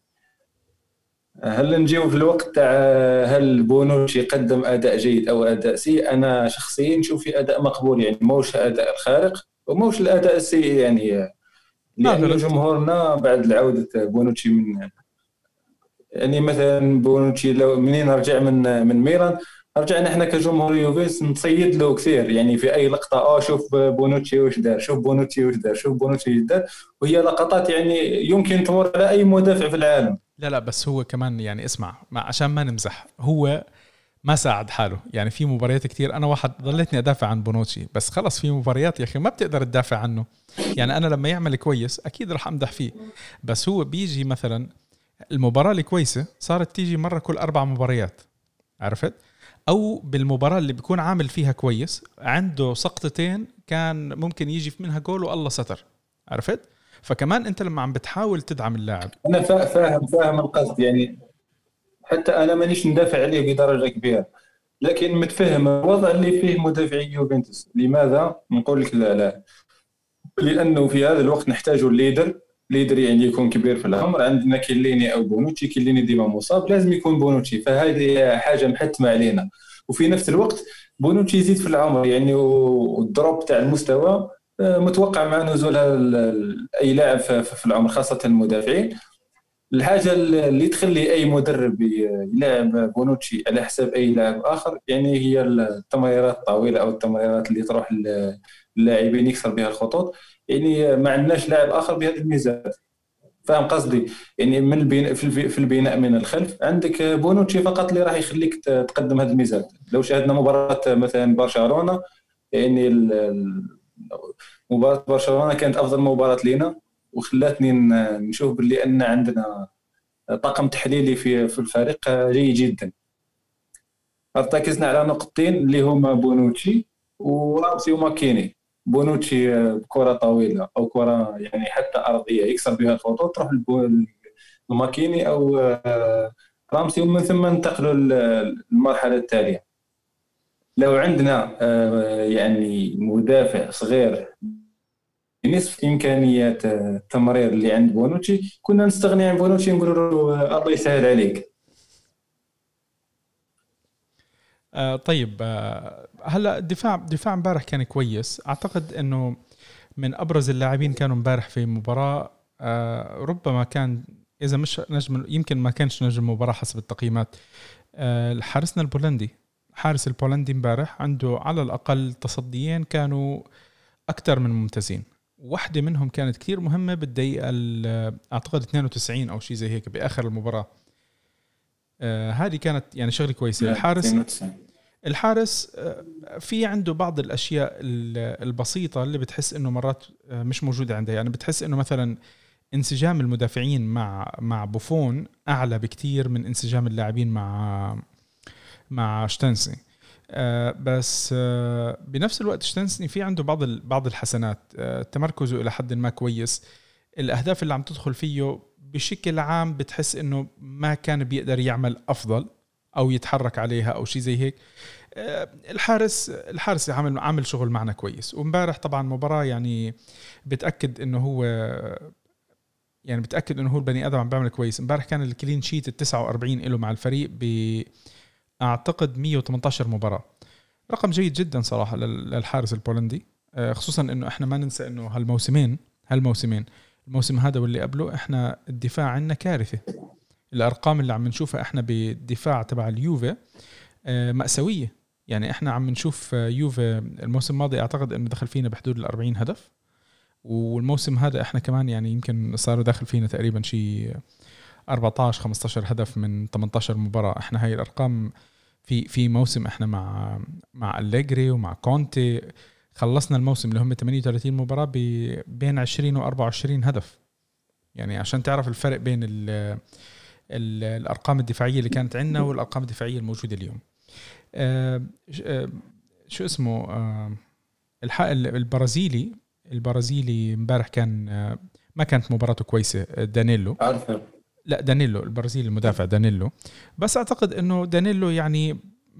هل نجيو في الوقت تاع هل بونوتشي قدم اداء جيد او اداء سيء؟ انا شخصيا نشوف في اداء مقبول، يعني موش اداء الخارق وموش الاداء السيء. يعني لان افريج. جمهورنا بعد العوده بونوتشي من، يعني مثلا بونوتشي لو منين رجع من ميلان، رجعنا احنا كجمهور يوفنتوس نصيد له كثير. يعني في اي لقطه شوف بونوتشي واش دار، شوف بونوتشي واش دار، شوف بونوتشي واش دار. وهي لقطات يعني يمكن تمر على اي مدافع في العالم. لا بس هو كمان يعني اسمع عشان ما نمزح، هو ما ساعد حاله. يعني في مباريات كتير انا واحد ضليتني ادافع عن بونوتشي، بس خلص في مباريات يا اخي ما بتقدر تدافع عنه. يعني انا لما يعمل كويس اكيد رح امدح فيه، بس هو بيجي مثلا المباراة الكويسة صارت تيجي مرة كل 4 مباريات. عرفت؟ او بالمباراة اللي بيكون عامل فيها كويس عنده سقطتين كان ممكن يجي منها جول والله ستر. عرفت؟ فكمان انت لما عم بتحاول تدعم اللاعب. انا فاهم القصد. يعني حتى انا مانيش ندافع عليه بدرجه كبيره، لكن متفهم الوضع اللي فيه مدافعي يوفنتوس. لماذا نقول لك لا؟ لانه في هذا الوقت نحتاج ليدر يعني يكون كبير في العمر. عندنا كيليني او بونوتشي. كيليني ديما مصاب، لازم يكون بونوتشي. فهذه حاجه محتمه علينا. وفي نفس الوقت بونوتشي يزيد في العمر يعني، والدروب تاع المستوى متوقع مع نزول اي لاعب في العمر خاصه المدافعين. الحاجه اللي تخلي اي مدرب يلعب بونوتشي على حساب اي لاعب اخر يعني هي التمريرات الطويله او التمريرات اللي تروح للاعبين يكسر بها الخطوط. يعني ما عندناش لاعب اخر بهذه الميزات، فاهم قصدي؟ يعني من البناء في البناء من الخلف عندك بونوتشي فقط اللي راح يخليك تقدم هذه الميزات. لو شاهدنا مباراه مثلا برشلونه، يعني مباراه برشلونه كانت افضل مباراه لينا، وخلاتني نشوف باللي ان عندنا طاقم تحليلي في الفريق جيد جدا. ارتكزنا على نقطتين اللي هما بونوتشي ورامسي وماكيني. بونوتشي بكره طويله او كره يعني حتى ارضيه يكسر بها الخطوط تروح الماكيني او رامسي، ومن ثم ننتقلوا للمرحله التاليه. لو عندنا يعني مدافع صغير بنصف امكانيات التمرير اللي عند بونوتشي كنا نستغني عن بونوتشي نقولوا له الله يسهل عليك. طيب، هلا دفاع امبارح كان كويس. اعتقد انه من ابرز اللاعبين كانوا امبارح في مباراة، ربما كان اذا مش نجم، يمكن ما كانش نجم المباراة حسب التقييمات، حارسنا البولندي. حارس البولندي امبارح عنده على الاقل تصديين كانوا اكثر من ممتازين. واحدة منهم كانت كتير مهمة بالدقيقة اعتقد 92 او شيء زي هيك باخر المباراة. هذه كانت يعني شغله كويسه. الحارس في عنده بعض الاشياء البسيطه اللي بتحس انه مرات مش موجوده عنده. يعني بتحس انه مثلا انسجام المدافعين مع بوفون اعلى بكتير من انسجام اللاعبين مع شتنسني. بس بنفس الوقت شتنسني في عنده بعض الحسنات. تمركزه الى حد ما كويس. الاهداف اللي عم تدخل فيه بشكل عام بتحس انه ما كان بيقدر يعمل افضل او يتحرك عليها او شيء زي هيك. الحارس عامل شغل معنا كويس. وامبارح طبعا مباراة يعني بتأكد انه هو البني ادم عم بيعمل كويس. امبارح كان الكلين شيت 49 له مع الفريق باعتقد 118 مباراة. رقم جيد جدا صراحة للحارس البولندي. خصوصا انه احنا ما ننسى انه هالموسمين الموسم هذا واللي قبله احنا الدفاع عنا كارثة. الارقام اللي عم نشوفها احنا بالدفاع تبع اليوفي مأساوية. يعني احنا عم نشوف يوفي الموسم الماضي اعتقد انه دخل فينا بحدود 40 هدف، والموسم هذا احنا كمان يعني يمكن صاروا داخل فينا تقريبا شيء 14-15 هدف من 18 مباراة. احنا هاي الارقام في موسم احنا مع أليجري ومع كونتي خلصنا الموسم اللي هم 38 مباراة بين 20 و24 هدف. يعني عشان تعرف الفرق بين الأرقام الدفاعية اللي كانت عندنا والأرقام الدفاعية الموجودة اليوم. شو اسمه البرازيلي امبارح كان ما كانت مباراته كويسة. دانيلو البرازيلي المدافع دانيلو. بس أعتقد إنه دانيلو يعني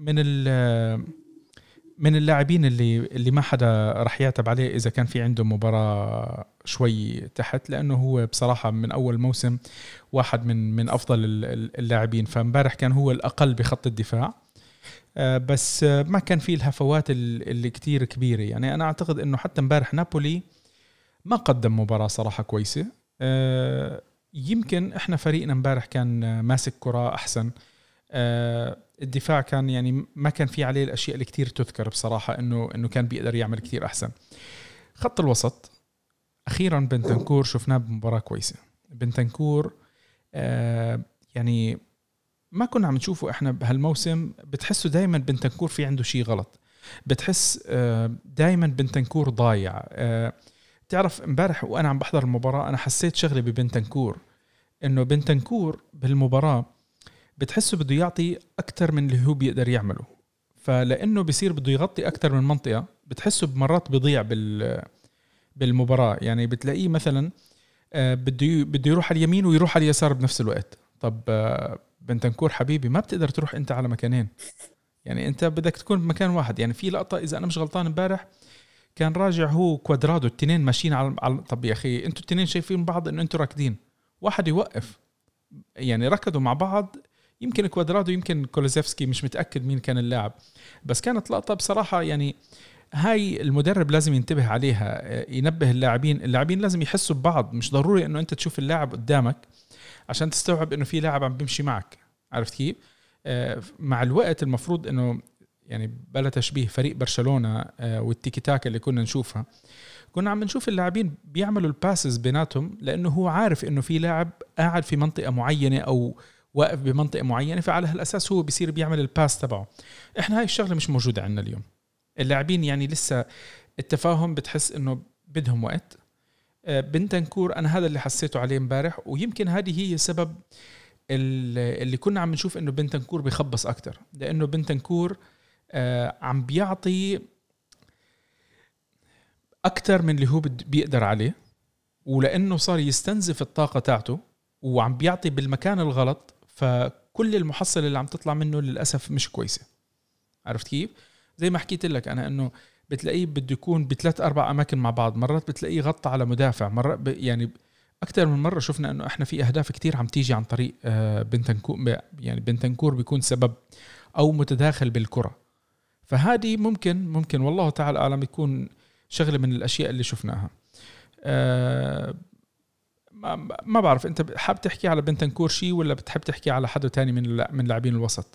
من اللاعبين اللي ما حدا رح يعتب عليه إذا كان في عنده مباراة شوي تحت، لأنه هو بصراحة من أول موسم واحد من أفضل اللاعبين. فامبارح كان هو الأقل بخط الدفاع، بس ما كان فيه الهفوات اللي كتير كبيرة. يعني أنا أعتقد إنه حتى امبارح نابولي ما قدم مباراة صراحة كويسة. يمكن إحنا فريقنا امبارح كان ماسك كرة أحسن. الدفاع كان يعني ما كان فيه عليه الأشياء اللي كتير تذكر بصراحة إنه كان بيقدر يعمل كتير أحسن. خط الوسط أخيرا بنتنكور شفناه بمباراة كويسة. بنتنكور يعني ما كنا عم نشوفه احنا بهالموسم. بتحسه دايما بنتنكور في عنده شيء غلط. بتحس دايما بنتنكور ضايع. تعرف امبارح وانا عم بحضر المباراة انا حسيت شغلة ببنتنكور، انه بنتنكور بالمباراة بتحسه بده يعطي اكتر من اللي هو بيقدر يعمله. فلانه بيصير بده يغطي اكتر من منطقة بتحسه بمرات بيضيع بالمباراة. يعني بتلاقيه مثلا بده يروح على اليمين ويروح على اليسار بنفس الوقت. طب بنتنكور حبيبي ما بتقدر تروح انت على مكانين، يعني انت بدك تكون بمكان واحد. يعني في لقطة اذا انا مش غلطان امبارح كان راجع هو كوادرادو التنين ماشيين على طب يا اخي انتوا التنين شايفين بعض انه انتوا راكدين، واحد يوقف. يعني ركضوا مع بعض يمكن كوادرادو يمكن كولوزيفسكي، مش متأكد مين كان اللاعب، بس كانت لقطة بصراحة يعني هاي المدرب لازم ينتبه عليها، ينبه اللاعبين لازم يحسوا ببعض. مش ضروري انه انت تشوف اللاعب قدامك عشان تستوعب انه في لاعب عم بيمشي معك، عرفت كيف؟ مع الوقت المفروض انه يعني بلا تشبيه فريق برشلونة والتيكي تاكا اللي كنا نشوفها، كنا عم نشوف اللاعبين بيعملوا الباسز بيناتهم لانه هو عارف انه في لاعب قاعد في منطقة معينة او واقف بمنطقة معينة، فعلى هالاساس هو بيصير بيعمل الباس تبعه. احنا هاي الشغلة مش موجودة عندنا اليوم. اللاعبين يعني لسه التفاهم بتحس انه بدهم وقت. بنتنكور انا هذا اللي حسيته عليه امبارح، ويمكن هذه هي سبب اللي كنا عم نشوف انه بنتنكور بيخبص اكتر، لانه بنتنكور عم بيعطي اكتر من اللي هو بيقدر عليه، ولانه صار يستنزف الطاقة تاعته وعم بيعطي بالمكان الغلط، فكل المحصلة اللي عم تطلع منه للأسف مش كويسة. عرفت كيف؟ زي ما حكيت لك أنا أنه بتلاقيه بده يكون بثلاث أربع أماكن مع بعض، مرات بتلاقيه غطى على مدافع، مرات يعني أكتر من مرة شفنا أنه إحنا في أهداف كتير عم تيجي عن طريق بنتنكور، يعني بنتنكور بيكون سبب أو متداخل بالكرة. فهذه ممكن والله تعالى أعلم يكون شغلة من الأشياء اللي شفناها. ما بعرف أنت حاب تحكي على بنتنكور شيء ولا بتحب تحكي على حدا تاني من لاعبين الوسط؟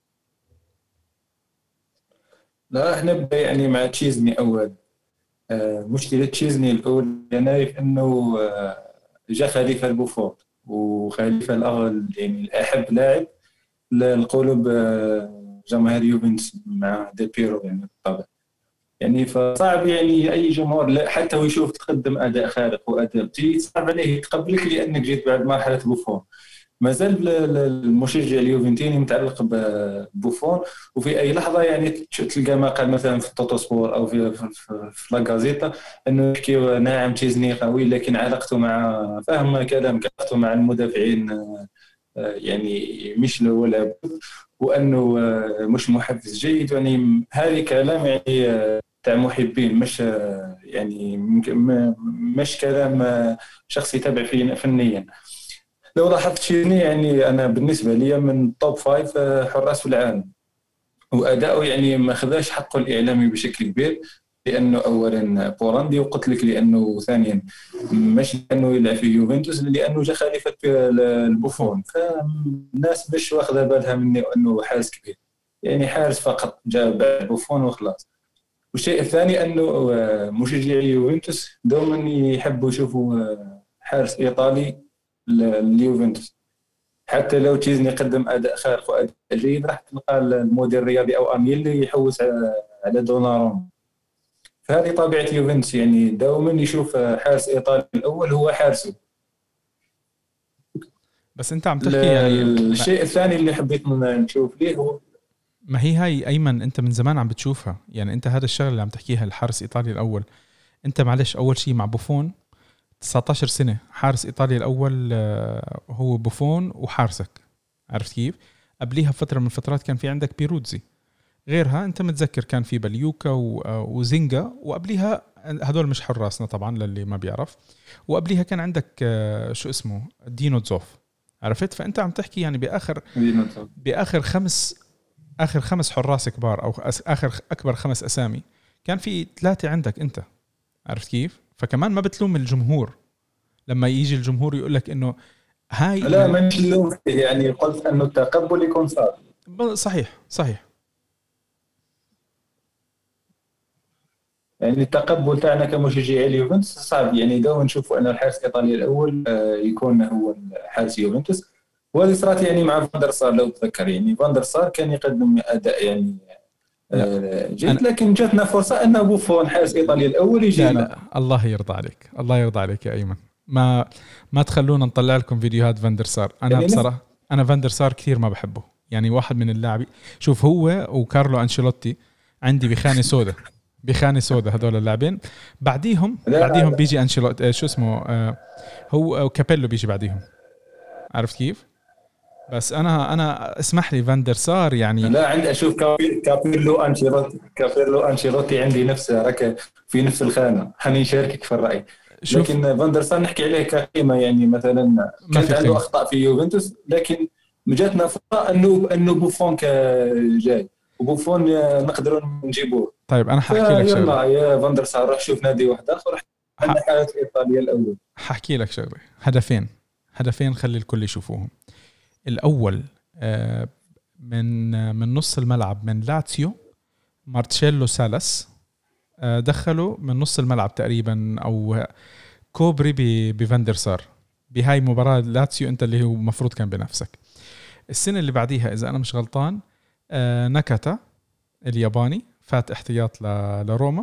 لا احنا نبدا يعني مع تشيزني اول. مشكله تشيزني الاول انا عارف انه جاء خليفه البوفون، وخليفه الاغل يعني الاحب لاعب للقلوب جماهير يوفنتوس مع دي بيرو يعني بالطبع. يعني فصعب يعني اي جمهور حتى هو يشوف تقدم اداء خارق واداء جيد صعب عليه يتقبلك لانك جيت بعد مرحله بوفون. ما زال المشجع اليوفنتيني متعلق ببوفون، وفي اي لحظه يعني تلقى مقال مثلا في توتو سبور او في لا غازيتا انه يحكي نعم تشيزني قوي لكن علاقته مع فهم كلام علاقته مع المدافعين يعني مش ولا بد، وانه مش محفز جيد. يعني هذه كلام يعني تاع محبين، مش يعني مش كلام شخص يتابع فنيا. لو لاحظت شيء يعني انا بالنسبه لي من توب 5 حراس في العالم، واداؤه يعني ما خذاش حقه الاعلامي بشكل كبير، لانه اولا بولندي، وقلت لك لانه ثانيا مش لانه يلعب في يوفنتوس، لانه جا خليفه البوفون، فالناس مش واخذه بالها منه انه حارس كبير، يعني حارس فقط جاء بعد بوفون وخلاص. والشيء الثاني انه مشجعي يوفنتوس دوما يحبوا يشوفوا حارس ايطالي لليوفنتوس، حتى لو تشيزني قدم اداء خارق واداء جيد راح تلقى المدير الرياضي او انيلي يحوس على دوناروما. فهذه طبيعه يوفنتوس، يعني دائما يشوف حارس ايطالي الاول هو حارسه. بس انت عم تحكي يعني الشيء الثاني اللي حبيت نشوف ليه هو، ما هي هاي ايمن انت من زمان عم بتشوفها، يعني انت هذا الشغل اللي عم تحكيها الحارس الايطالي الاول، انت معلش اول شيء مع بوفون 19 سنة حارس إيطاليا الأول هو بوفون وحارسك، عرفت كيف؟ قبليها فترة من الفترات كان في عندك بيروتزي، غيرها أنت متذكر كان في بليوكا وزينجا، وقبليها هدول مش حراسنا طبعا للي ما بيعرف، وقبليها كان عندك شو اسمه دينو تزوف، عرفت؟ فأنت عم تحكي يعني بآخر خمس حراس كبار أو آخر أكبر 5 أسامي كان في 3 عندك أنت، عرفت كيف؟ فكمان ما بتلوم الجمهور لما يجي الجمهور يقول لك انه هاي لا ما نلوم، يعني قلت انه التقبل يكون صعب. صحيح يعني التقبل تاعنا كمشجعي اليوفنتوس صعب، يعني دائما نشوفوا ان الحارس الايطالي الاول يكون هو حارس يوفنتوس. وهذه صارت يعني مع فاندر سار لو تذكر، يعني فاندر سار كان يقدم اداء يعني جيد، لكن جاتنا فرصه ان بوفون حارس ايطاليا الاول يجينا. لا الله يرضى عليك، الله يرضى عليك يا ايمن، ما تخلونا نطلع لكم فيديوهات فاندر سار. انا يعني بصراحه انا فاندر سار كثير ما بحبه، يعني واحد من اللاعبين، شوف هو وكارلو انشيلوتي عندي بخانه سودا هذول اللاعبين، بعديهم بيجي انشيلوتي شو اسمه هو كابيلو بيجي بعديهم، عرفت كيف؟ بس انا اسمح لي فاندر سار يعني لا عندي اشوف كابيرلو انشيلوتي عندي نفسه في نفس الخانه، خليني اشاركك في الراي. لكن فاندر سار نحكي عليه كقيمه، يعني مثلا كانت عنده اخطاء في يوفنتوس لكن جاتنا فرصه انه بوفون جاي، وبوفون نقدروا نجيبوه. طيب انا حاحكي لك شغله. فيلا يا فاندر سار روح شوف نادي واحد اخر، عندنا ح- حاله ايطاليا الاول. حاحكي لك شغله. هدفين خلي الكل يشوفوهم. الاول من نص الملعب من لاتسيو، مارتشيلو سالاس، دخلوا من نص الملعب تقريبا، او كوبري بفاندر سار. بهاي مباراة لاتسيو انت اللي هو مفروض كان بنفسك. السنة اللي بعديها اذا انا مش غلطان ناكاتا الياباني فات احتياط لروما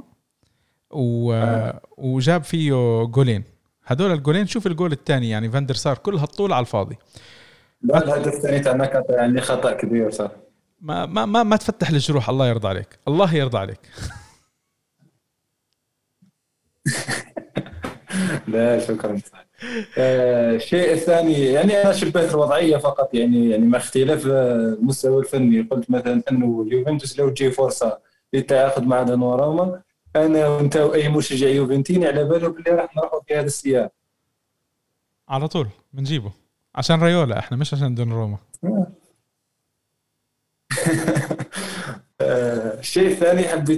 وجاب فيه جولين. هدول الجولين، شوف الجول الثاني يعني فاندر سار كل هالطول على الفاضي. لا الهدف الثاني تاع نكات يعني خطا كبير صار. ما تفتح الجروح. الله يرضى عليك، الله يرضى عليك. لا شكرا. الشيء الثاني يعني انا شبهت الوضعيه فقط، يعني مع اختلاف المستوى الفني. قلت مثلا انه يوفنتوس لو تجي فرصه للتعاقد مع دوناروما، انا وانت واي مشجع يوفنتيني على باله باللي راح نروحوا في هذا السياق على طول بنجيبه عشان ريولا، احنا مش عشان دوناروما. الشيء الثاني حبيت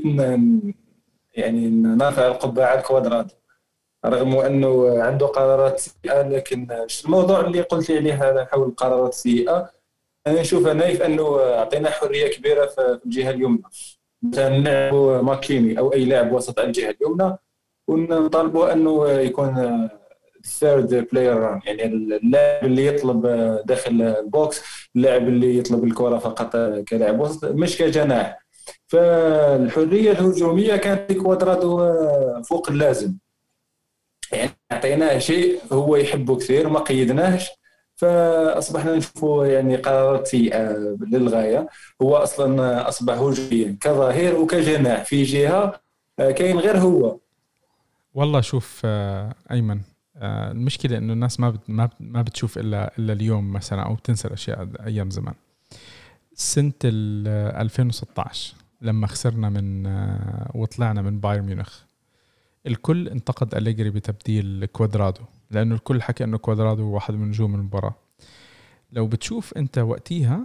يعني نرفع القبعه على الكوادرات، رغم انه عنده قرارات سيئه، لكن الموضوع اللي قلت لي عليه هذا حول القرارات السيئه، انا نشوف نايف انه اعطينا حريه كبيره في الجهه اليمنى. مثلا نلعبوا ماكيني او اي لاعب وسط على الجهه اليمنى، ونطالبوا انه يكون ثيرد بلاير، يعني اللاعب اللي يطلب داخل البوكس، اللاعب اللي يطلب الكره فقط كلاعب وسط مش كجناح. فالحريه الهجوميه كانت كوادرادو فوق اللازم، يعني اعطيناه شيء هو يحبه كثير، ما قيدناهش، فاصبحنا نشوفه يعني قرارات سيئه للغايه. هو اصلا اصبح هجوميا كظهير وكجناح في جهه، كاين غير هو. والله شوف ايمن، المشكله انه الناس ما بتشوف الا اليوم مثلا، او بتنسى الاشياء ايام زمان. سنه 2016 لما خسرنا من وطلعنا من بايرن ميونخ، الكل انتقد أليجري بتبديل كوادرادو، لأنه الكل حكى أنه كوادرادو واحد من نجوم المباراة. لو بتشوف أنت وقتيها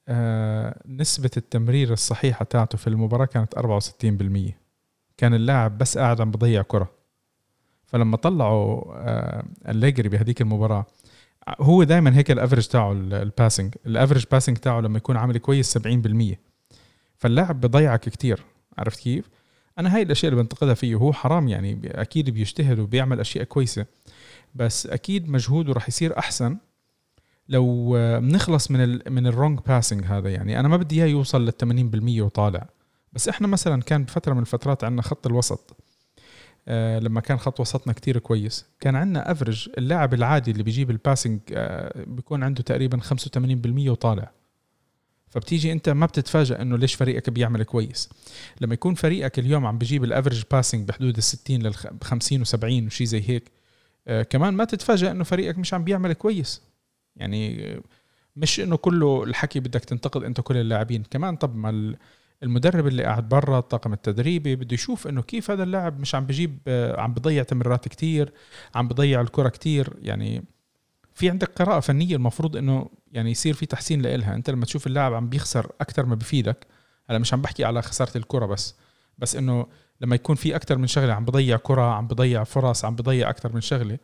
نسبة التمرير الصحيحة تاعته في المباراة كانت 64%. كان اللاعب بس قاعد عم بضيع كرة. فلما طلعوا أليجري بهديك المباراة، هو دايما هيك الافرج تاعه الافرج باسنج تاعه لما يكون عامل كويس 70%. فاللاعب بضيعك كتير، عرفت كيف؟ انا هاي الاشياء اللي بنتقدها فيه. هو حرام يعني، اكيد بيجتهد وبيعمل اشياء كويسه، بس اكيد مجهوده راح يصير احسن لو بنخلص من الرونج باسنج هذا. يعني انا ما بدي اياه يوصل لل 80% وطالع. بس احنا مثلا كان بفتره من الفترات عندنا خط الوسط، لما كان خط وسطنا كتير كويس، كان عندنا افرج اللاعب العادي اللي بيجيب الباسنج بيكون عنده تقريبا 85% وطالع. فبتيجي انت ما بتتفاجأ انه ليش فريقك بيعمل كويس. لما يكون فريقك اليوم عم بيجيب الافرج باسنج بحدود 60 50 و70 وشي زي هيك، كمان ما تتفاجأ انه فريقك مش عم بيعمل كويس. يعني مش انه كله الحكي بدك تنتقد انت كل اللاعبين كمان. طب ما المدرب اللي قاعد برا الطاقم التدريبي بده يشوف انه كيف هذا اللاعب مش عم بيجيب، عم بضيع تمريرات كتير، عم بضيع الكرة كتير. يعني في عندك قراءة فنية المفروض انه يعني يصير في تحسين لإلها. انت لما تشوف اللاعب عم بيخسر اكتر ما بيفيدك، هلا مش عم بحكي على خسارة الكرة بس انه لما يكون في اكتر من شغلة، عم بضيع كرة، عم بضيع فرص، عم بضيع اكتر من شغلة،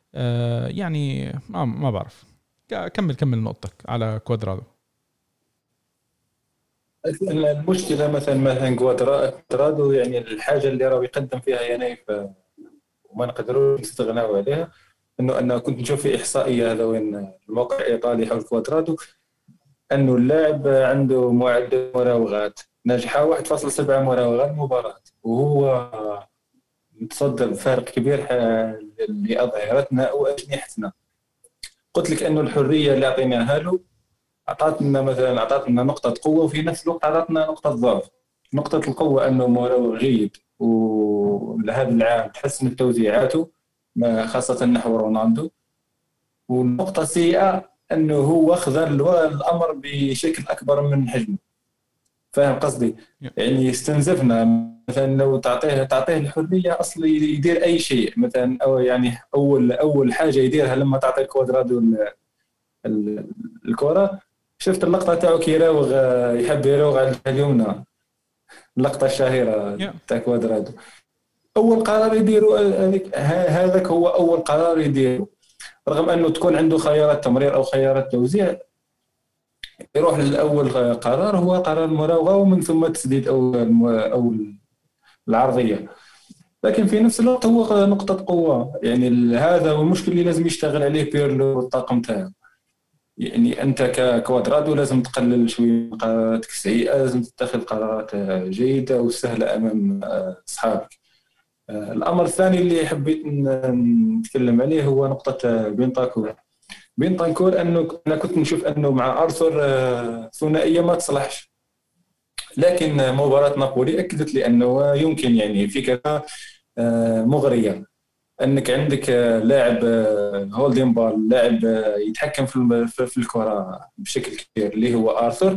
يعني ما بعرف. كمل نقطتك على كوادرادو. المشكله مثلا كوادرادو، يعني الحاجه اللي راه يقدم فيها ينايف وما نقدروش نستغناو عليها، انه انا كنت نشوف في احصائيه هذا وين الموقع الايطالي حول كوادرادو، انه اللاعب عنده معدل مراوغات ناجحه 1.7 مراوغات مباراه، وهو متصدر بفارق كبير لاظهرتنا واجنحتنا. قلت لك انه الحريه اللي اعطيناها له اعطتنا نقطه قوه، وفي نفس الوقت اعطتنا نقطه ضعف. نقطه القوه انه مراوغ جيد، ولهذا العام تحسن توزيعاته خاصه نحو رونالدو. والنقطه السيئه انه هو خذل الامر بشكل اكبر من حجمه. فاهم قصدي؟ يعني يستنزفنا. مثلا لو تعطيه الحريه اصلا يدير اي شيء، مثلا او يعني اول حاجه يديرها لما تعطي الكوادرادو الكره، شفت اللقطه تاعو كي يراوغ، يحب يراوغ على اليمنى، اللقطه الشهيره يا تاع كوادرادو. اول قرار يديروا هذاك هو اول قرار يديروا، رغم انه تكون عنده خيارات تمرير او خيارات توزيع، يروح للاول قرار هو قرار المراوغه ومن ثم التسديد او العرضيه. لكن في نفس الوقت هو نقطه قوه، يعني هذا هو المشكل اللي لازم يشتغل عليه بيرلو والطاقم تاعه. يعني انت ككوادرادو لازم تقلل شويه من قراراتك السيئه، لازم تتخذ قرارات جيده وسهله امام اصحابك. الامر الثاني اللي حبيت نتكلم عليه هو نقطه بنتاكور. بنتاكور انه انا كنت نشوف انه مع ارثر ثنائيه ما تصلحش، لكن مباراه نابولي اكدت لي انه يمكن، يعني فكره مغريه، انك عندك لاعب هولدين بال، لاعب يتحكم في الكره بشكل كبير اللي هو ارثر،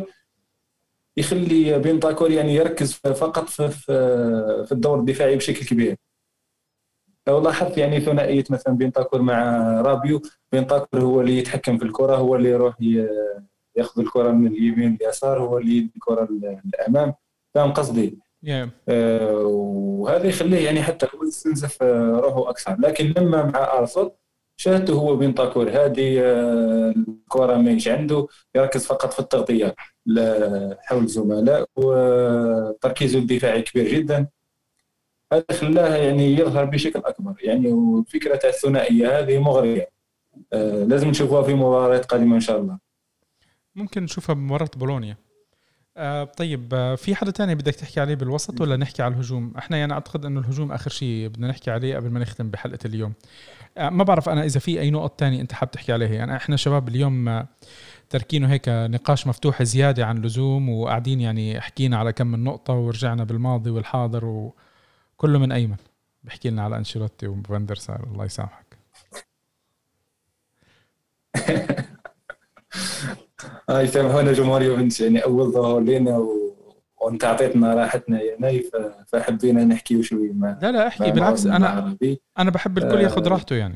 يخلي بنتاكور يعني يركز فقط في الدور الدفاعي بشكل كبير. لو لاحظت يعني ثنائيه مثلا بنتاكور مع رابيو، بنتاكور هو اللي يتحكم في الكره، هو اللي يروح ياخذ الكره من اليمين لليسار، هو اللي يدي الكره للامام. فاهم قصدي؟ يا وهذا يخليه يعني حتى هو يستنزف روحه اكثر. لكن لما مع ارسنال شاهدته هو بنتاكور هذه الكره ماهيش عنده، يركز فقط في التغطيه حول الزملاء، وتركيزه الدفاعي كبير جدا. هذا خلاه يعني يظهر بشكل اكبر يعني. وفكره الثنائيه هذه مغريه، لازم نشوفها في مباريات قادمه ان شاء الله. ممكن نشوفها بمباراة بولونيا. طيب، في حدا تاني بدك تحكي عليه بالوسط ولا نحكي على الهجوم؟ احنا يعني اعتقد انه الهجوم اخر شيء بدنا نحكي عليه قبل ما نختم بحلقة اليوم. ما بعرف انا اذا في اي نقط تاني انت حاب تحكي عليها. يعني احنا شباب اليوم تركينه هيك نقاش مفتوح زيادة عن اللزوم، وقاعدين يعني حكينا على كم من نقطة ورجعنا بالماضي والحاضر وكله من أيمن بحكي لنا على أنشيلوتي وفاندر سار، الله يسامحك. يسامحونا جمهور يوفنتوس، يعني اول ظهور لنا وانت اعطيتنا راحتنا يا نايف، فحبينا نحكي شوي لا لا احكي، مع بالعكس بعضنا أنا العربي. أنا بحب الكل ياخد راحته يعني.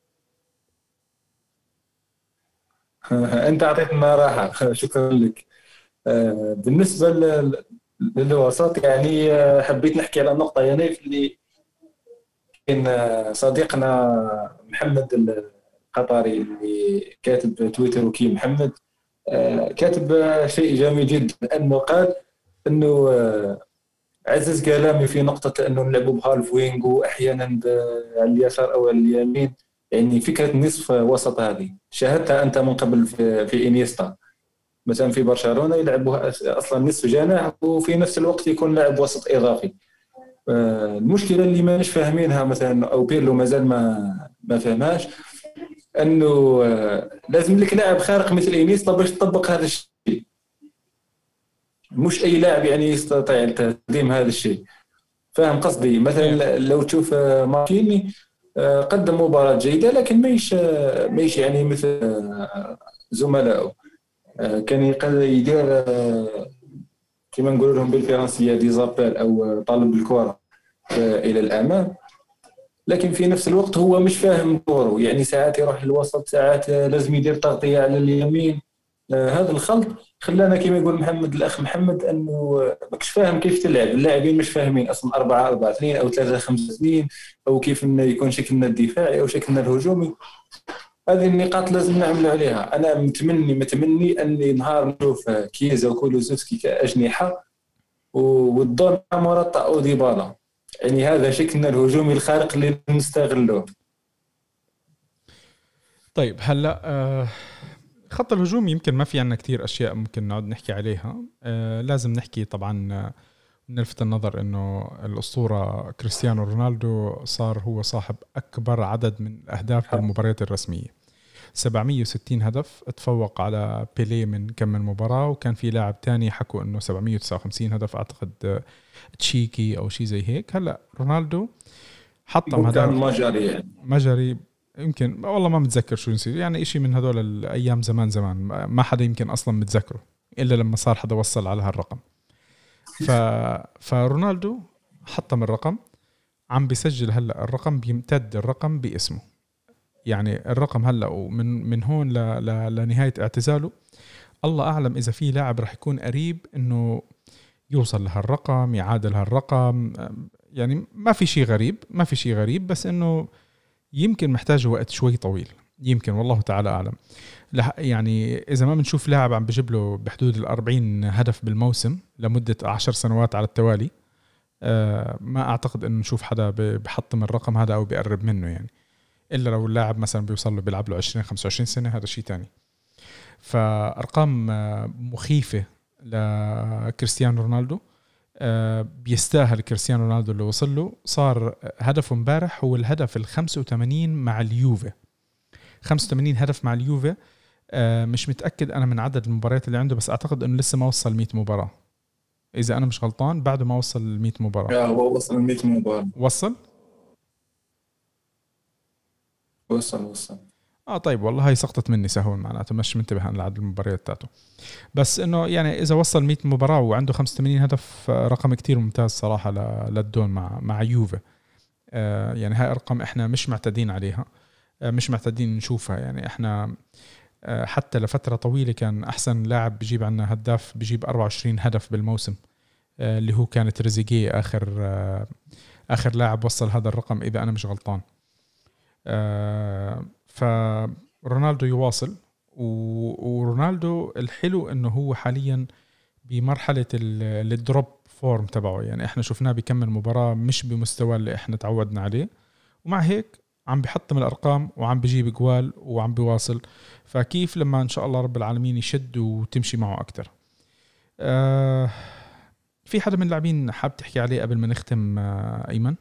انت اعطيتنا راحه، شكرا لك. بالنسبه للوسط يعني، حبيت نحكي على نقطه يا نايف، اللي كان صديقنا محمد القطري اللي كاتب تويتر وكي محمد، كاتب شيء جميل جدا، انه قال انه عزز كلامي في نقطة أنه نلعبوا بهالف وينج وأحيانا على اليسار أو على اليمين. يعني فكرة نصف وسط هذه شاهدتها أنت من قبل في إنيستا مثلا في برشلونة، يلعبوا أصلا نصف جناح وفي نفس الوقت يكون لاعب وسط إضافي. المشكلة اللي ماناش فاهمينها مثلا، أو بيرلو مازال ما فهمهاش، أنه لازم لك لاعب خارق مثل إنيستا باش تطبق هذا الشيء. مش أي لاعب يعني يستطيع تقديم هذا الشيء. فاهم قصدي؟ yeah. مثلا لو تشوف ماركيني قدم مباراة جيدة، لكن ماهيش يعني مثل زملائه. كان يدير كما نقول لهم بالفرنسية ديزابيل أو طالب الكرة إلى الأمام، لكن في نفس الوقت هو مش فاهم دوره. يعني ساعات يروح للوسط، ساعات لازم يدير تغطية على اليمين. هذا الخلط خلانا كما يقول محمد الأخ محمد أنه ماكش فاهم كيف تلعب. اللاعبين مش فاهمين أصلا 4-4-2 أو 3-5-2 أو كيف يكون شكلنا الدفاعي أو شكلنا الهجومي. هذه النقاط لازم نعمل عليها. أنا متمني أني نهار نشوف كيزا وكولوزوفسكي كأجنحة والدور مع موراتا أو ديبالا. يعني هذا شكلنا الهجومي الخارق اللي نستغله. طيب هلا خط الهجوم يمكن ما في عنا كتير أشياء ممكن نقعد نحكي عليها. لازم نحكي طبعا نلفت النظر إنه الأسطورة كريستيانو رونالدو صار هو صاحب أكبر عدد من الأهداف بالمباريات الرسمية، 760 هدف، تفوق على بيليه من كم من مباراة، وكان في لاعب تاني حكوا إنه 759 هدف، أعتقد تشيكي أو شيء زي هيك. هلا رونالدو حطم هدول مجري، يمكن والله ما متذكر شو نسيت، يعني إشي من هذول الأيام زمان ما حدا يمكن أصلا متذكره إلا لما صار حدا وصل على هالرقم. فرونالدو حطم الرقم، عم بيسجل هلا الرقم، بيمتد الرقم باسمه. يعني الرقم هلا من هون لنهاية اعتزاله الله اعلم اذا في لاعب راح يكون قريب انه يوصل لهالرقم، يعادل هالرقم. يعني ما في شيء غريب، بس انه يمكن محتاج وقت شوي طويل، يمكن، والله تعالى اعلم. يعني اذا ما بنشوف لاعب عم بجيب له بحدود 40 هدف بالموسم لمده 10 سنوات على التوالي، ما اعتقد انه نشوف حدا بحطم الرقم هذا او بيقرب منه يعني، الا لو اللاعب مثلا بيوصل له بيلعب له 20 25 سنه، هذا شيء تاني. فارقام مخيفه لكريستيانو رونالدو. بيستاهل كريستيانو رونالدو اللي وصل له. صار هدفه امبارح هو الهدف 85 مع اليوفي، 85 هدف مع اليوفي. مش متأكد أنا من عدد المباريات اللي عنده، بس أعتقد أنه لسه ما وصل 100 مباراة إذا أنا مش غلطان، بعده ما وصل 100 مباراة. هو وصل 100 مباراة. وصل. طيب والله هي سقطت مني سهوا، معناته مش منتبه على عدد المباريات تاعته. بس انه يعني اذا وصل 100 مباراة وعنده 85 هدف، رقم كتير ممتاز صراحة للدون مع يوفي. يعني هاي ارقام احنا مش معتادين عليها، مش معتادين نشوفها. يعني احنا حتى لفترة طويلة كان احسن لاعب بيجيب عنا هداف بيجيب 24 هدف بالموسم، اللي هو كانت تريزيجيه اخر لاعب وصل هذا الرقم اذا انا مش غلطان. فرونالدو يواصل. ورونالدو الحلو انه هو حاليا بمرحلة الدروب فورم تبعه، يعني احنا شفناه بكمل مباراة مش بمستوى اللي احنا تعودنا عليه، ومع هيك عم بيحطم الارقام وعم بيجيب جوال وعم بيواصل. فكيف لما ان شاء الله رب العالمين يشد وتمشي معه اكتر. في حدا من اللاعبين حاب تحكي عليه قبل ما نختم ايمن؟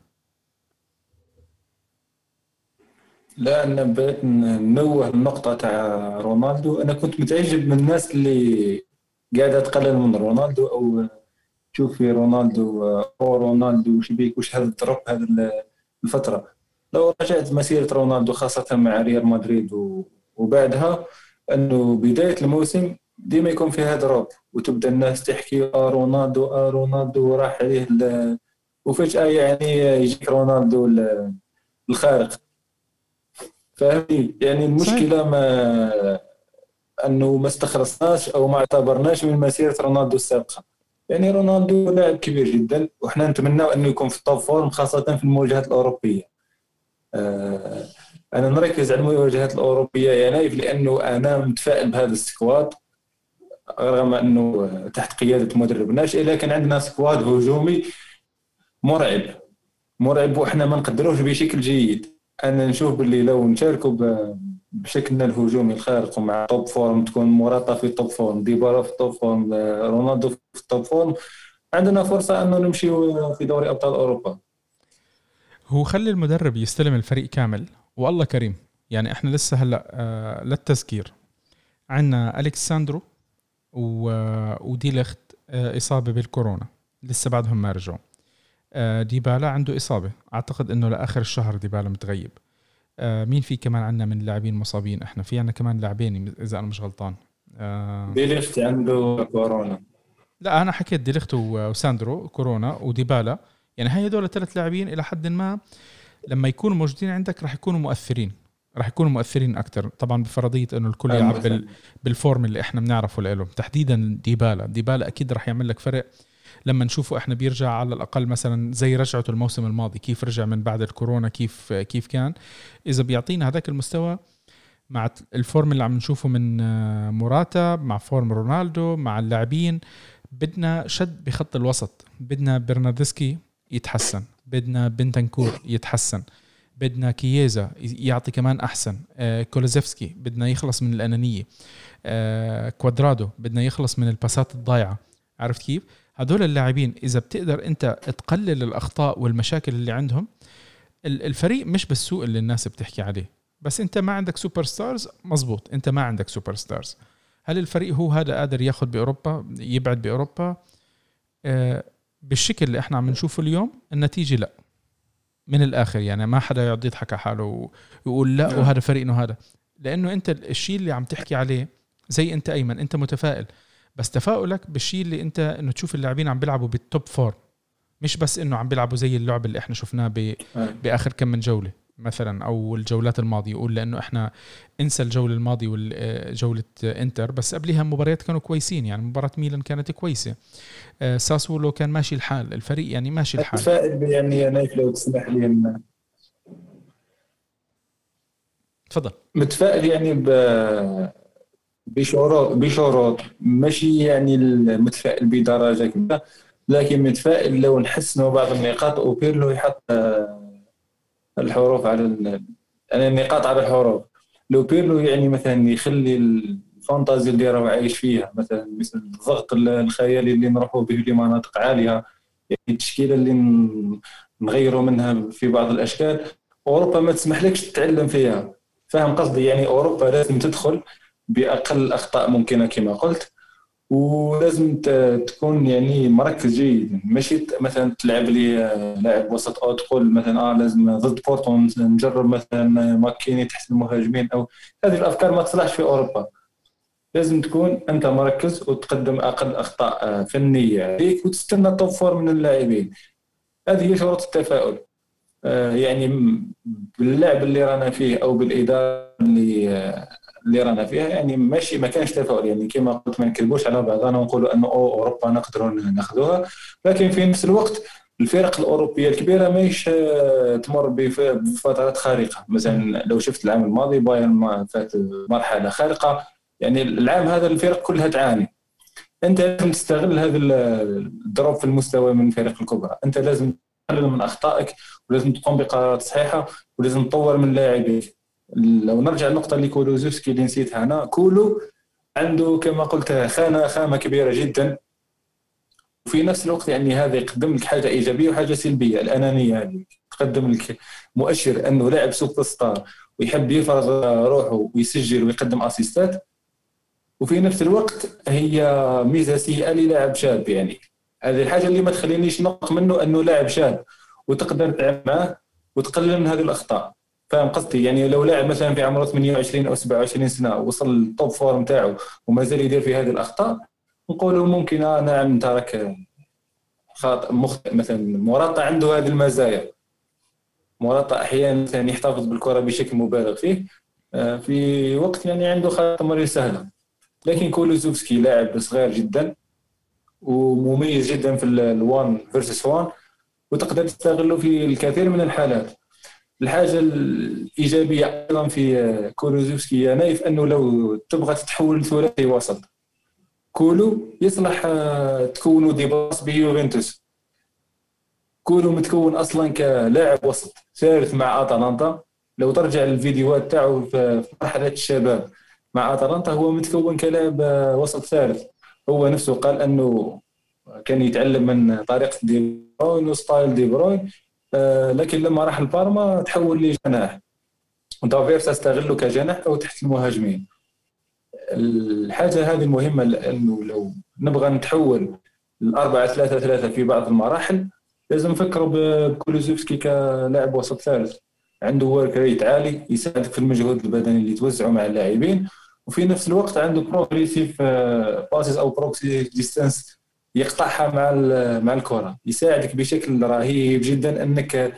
لا، أنا بغيت ننوه النقطة تاع رونالدو. أنا كنت متعجب من الناس اللي قاعدة تقلل من رونالدو، أو تشوف في رونالدو هو رونالدو وش بيك وش هذا الدروب هذا الفترة. لو رجعت مسيرة رونالدو خاصة مع ريال مدريد وبعدها، أنه بداية الموسم ديما يكون فيها دروب، وتبدأ الناس تحكي رونالدو وراح عليه وفجأة يعني يجيك رونالدو الخارق. فاهمني؟ يعني المشكلة صحيح. أنه ما استخلصناش أو ما اعتبرناش من مسيرة رونالدو السابقة. يعني رونالدو لاعب كبير جدا، وإحنا نتمنى أنه يكون في التوب فورم خاصة في المواجهات الأوروبية. أنا نركز على المواجهات الأوروبية يا نايف، لأنه أنا متفائل بهذا السكواد، رغم أنه تحت قيادة مدرب ناشئ، لكن عندنا سكواد هجومي مرعب وإحنا ما نقدروش بشكل جيد. أنا نشوف باللي لو نشاركوا بشكلنا الهجومي الخارق ومع توب فورم، تكون موراتا في توب فورم، ديبالا في توب فورم، رونالدو في توب فورم، عندنا فرصة أنه نمشي في دوري أبطال أوروبا. هو خلي المدرب يستلم الفريق كامل والله كريم. يعني احنا لسه هلا للتذكير عندنا ألكساندرو وديليخت إصابة بالكورونا، لسه بعدهم ما رجعوا. ديبالا عنده إصابة، أعتقد إنه لآخر الشهر ديبالا متغيب. مين في كمان عنا من اللاعبين مصابين؟ احنا في عنا كمان لاعبين إذا أنا مش غلطان. ديليخت عنده كورونا. لا أنا حكيت ديليخت وساندرو كورونا وديبالا. يعني هاي دول 3 لاعبين إلى حد ما لما يكونوا موجودين عندك راح يكونوا مؤثرين أكتر، طبعا بفرضية إنه الكل يلعب بالفورم اللي إحنا بنعرفه لهم. تحديدا ديبالا أكيد راح يعمل لك فرق لما نشوفه إحنا بيرجع على الأقل مثلا زي رجعته الموسم الماضي، كيف رجع من بعد الكورونا، كيف كان. إذا بيعطينا هذاك المستوى مع الفورم اللي عم نشوفه من موراتا، مع فورم رونالدو، مع اللاعبين، بدنا شد بخط الوسط، بدنا برناردسكي يتحسن، بدنا بنتنكور يتحسن، بدنا كييزا يعطي كمان أحسن، كولوزيفسكي بدنا يخلص من الأنانية، كوادرادو بدنا يخلص من الباسات الضايعة. عرفت كيف؟ هدول اللاعبين إذا بتقدر أنت تقلل الأخطاء والمشاكل اللي عندهم، الفريق مش بالسوء اللي الناس بتحكي عليه. بس أنت ما عندك سوبر ستارز، مزبوط، أنت ما عندك سوبر ستارز. هل الفريق هو هذا قادر ياخد بأوروبا، يبعد بأوروبا بالشكل اللي احنا عم نشوفه اليوم؟ النتيجة لا، من الآخر. يعني ما حدا يقعد يضحك على حاله ويقول لا وهذا فريقنا هذا، لأنه أنت الشيء اللي عم تحكي عليه زي أنت أيمن، أنت متفائل، بس تفاؤلك بالشيء اللي أنت إنه تشوف اللاعبين عم بيلعبوا بالتوب فور، مش بس إنه عم بيلعبوا زي اللعب اللي احنا شفناه بآخر كم من جولة. مثلا أو الجولات الماضية، يقول لأنه إحنا انسى الجولة الماضية والجولة إنتر، بس قبلها مباريات كانوا كويسين، يعني مباراة ميلان كانت كويسة، ساسولو كان ماشي الحال، الفريق يعني ماشي الحال. متفائل يعني أنا لو تسمح لي تفضل. متفائل يعني بشروط ماشي يعني المتفائل بدرجة كبيرة، لكن متفائل لو نحسنوا بعض النقاط وبيرلو يحط الحروف على يعني النقاط على الحروف. لو بيرلو يعني مثلا يخلي الفانتازي اللي راهو عايش فيها، مثل الضغط الخيالي اللي نروحوا به لمناطق عالية، يعني التشكيلة اللي نغيروا منها في بعض الأشكال، أوروبا ما تسمحلكش تتعلم فيها. فاهم قصدي؟ يعني أوروبا لازم تدخل بأقل أخطاء ممكنة كما قلت، ولازم تكون يعني مركز جيد، ماشي مثلا تلعب لي لاعب وسط او تقول مثلا لازم ضد بورتو نجرب مثلا ماكيني تحت المهاجمين، او هذه الافكار ما تصلحش في اوروبا. لازم تكون انت مركز وتقدم اقل اخطاء فنيه عليك وتستنى توب فور من اللاعبين. هذه هي شروط التفاؤل. يعني باللعب اللي رانا فيه او بالاداره اللي رانا فيها، يعني ماشي ما كانش تفاؤل. يعني كما قلت ما نكذبوش على بعضنا ونقولوا انه اوروبا نقدروا ناخذوها، لكن في نفس الوقت الفرق الاوروبيه الكبيره ماهيش تمر بفترات خارقه. مثلا لو شفت العام الماضي بايرن ما فات مرحله خارقه، يعني العام هذا الفرق كلها تعاني. انت لازم تستغل هذا الدروب في المستوى من الفرق الكبرى، انت لازم تقلل من اخطائك، ولازم تقوم بقرارات صحيحه، ولازم تطور من لاعبيك. لو نرجع للنقطه اللي كولوزوفسكي اللي نسيتها انا، كولو عنده كما قلت خامه كبيره جدا، وفي نفس الوقت يعني هذا يقدم لك حاجه ايجابيه وحاجه سلبيه. الانانيه هذه تقدم لك مؤشر انه لاعب سوبر ستار ويحب يفرض روحه ويسجل ويقدم اسيستات، وفي نفس الوقت هي ميزه سيئه للاعب شاب. يعني هذه الحاجه اللي ما تخلينيش نقص منه انه لاعب شاب وتقدر تلعب معه وتقلل من هذه الاخطاء. فاهم قصدي؟ يعني لو لاعب مثلا في عمره 28 او 27 سنه وصل للتوب فورم نتاعو وما زال يدير في هذه الاخطاء، نقولوا ممكن نعم ترك خاطئ مخطئ. مثلا موراتا عنده هذه المزايا، موراتا احيانا مثلا يحتفظ بالكره بشكل مبالغ فيه في وقت يعني عنده خطأ تمارير سهله. لكن كولوزوفسكي لاعب صغير جدا ومميز جدا في الوان فيرسس وان، وتقدر تستغله في الكثير من الحالات. الحاجه الايجابيه ايضا في كولوزوفسكي يا نايف انه لو تبغى تتحول ثلاثي وسط، كولو يصلح تكونوا دي باس بيوفنتوس. كولو متكون اصلا كلاعب وسط ثالث مع اتلانتا. لو ترجع للفيديوهات تاعو في مرحله الشباب مع اتلانتا، هو متكون كلاعب وسط ثالث. هو نفسه قال انه كان يتعلم من طريقه دي بروين وستايل دي بروين، لكن لما راح البارما تحول لجناح، ودافيرس استغله كجناح او تحت المهاجمين. الحاجه هذه مهمه، لانه لو نبغى نتحول ل4-3-3 في بعض المراحل لازم نفكروا بكولوزوفسكي كلاعب وسط ثالث، عنده ورك ريت عالي يساعدك في المجهود البدني اللي توزعه مع اللاعبين، وفي نفس الوقت عنده بروغريسيف باسز او بروكسي ديستانس يقطعها مع الكره، يساعدك بشكل رهيب جدا انك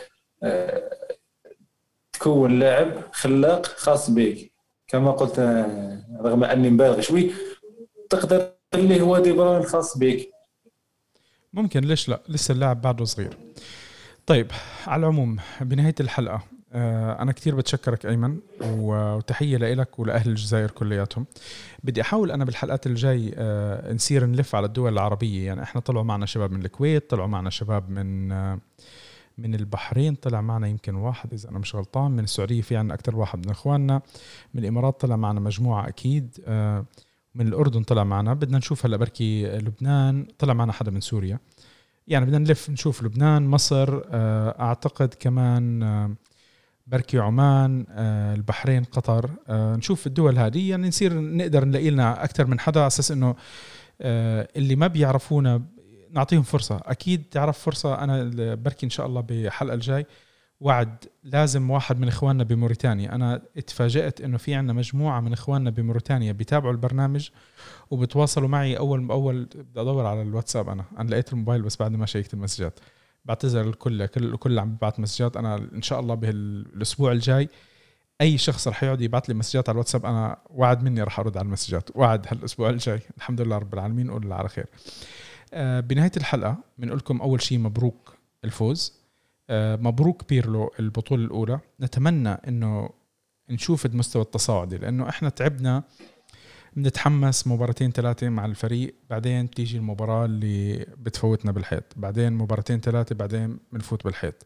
تكون لاعب خلاق خاص بك. كما قلت رغم اني مبالغ شوي، تقدر اللي هو دي بروين الخاص بك. ممكن، ليش لا، لسه اللاعب بعده صغير. طيب، على العموم بنهاية الحلقة أنا كتير بتشكرك أيمن، وتحية لإلك ولأهل الجزائر كلياتهم. بدي أحاول أنا بالحلقات الجاي نسير نلف على الدول العربية. يعني إحنا طلعوا معنا شباب من الكويت، طلعوا معنا شباب من البحرين، طلع معنا يمكن واحد إذا أنا مش غلطان، من السعودية في عنا أكتر واحد من إخواننا، من الإمارات طلع معنا مجموعة أكيد، من الأردن طلع معنا. بدنا نشوف هلأ بركي لبنان طلع معنا حدا من سوريا. يعني بدنا نلف نشوف لبنان، مصر، أعتقد كمان بركي عمان، البحرين، قطر، نشوف الدول هذه. يعني نصير نقدر نلاقي لنا أكثر من حدا على أساس إنه اللي ما بيعرفونا نعطيهم فرصة. أكيد تعرف فرصة. أنا بركي إن شاء الله بحلقة الجاي وعد لازم واحد من إخواننا بموريتانيا. أنا اتفاجأت إنه في عنا مجموعة من إخواننا بموريتانيا بيتابعوا البرنامج وبتواصلوا معي. أول بدي أدور على الواتساب، أنا لقيت الموبايل بس بعد ما شيكت المسجات. بعتذر الكل كل عم ببعت مسجات. انا ان شاء الله بالاسبوع الجاي اي شخص رح يقعد يبعث لي مسجات على الواتساب انا وعد مني رح ارد على المسجات، وعد هالاسبوع الجاي. الحمد لله رب العالمين، قول على خير. بنهاية الحلقة بنقول لكم اول شيء مبروك الفوز، مبروك بيرلو البطولة الاولى. نتمنى انه نشوف المستوى التصاعدي، لانه احنا تعبنا بنتحمس مباراتين 3 مع الفريق، بعدين تيجي المباراة اللي بتفوتنا بالحيط، بعدين مباراتين 3 بعدين بنفوت بالحيط.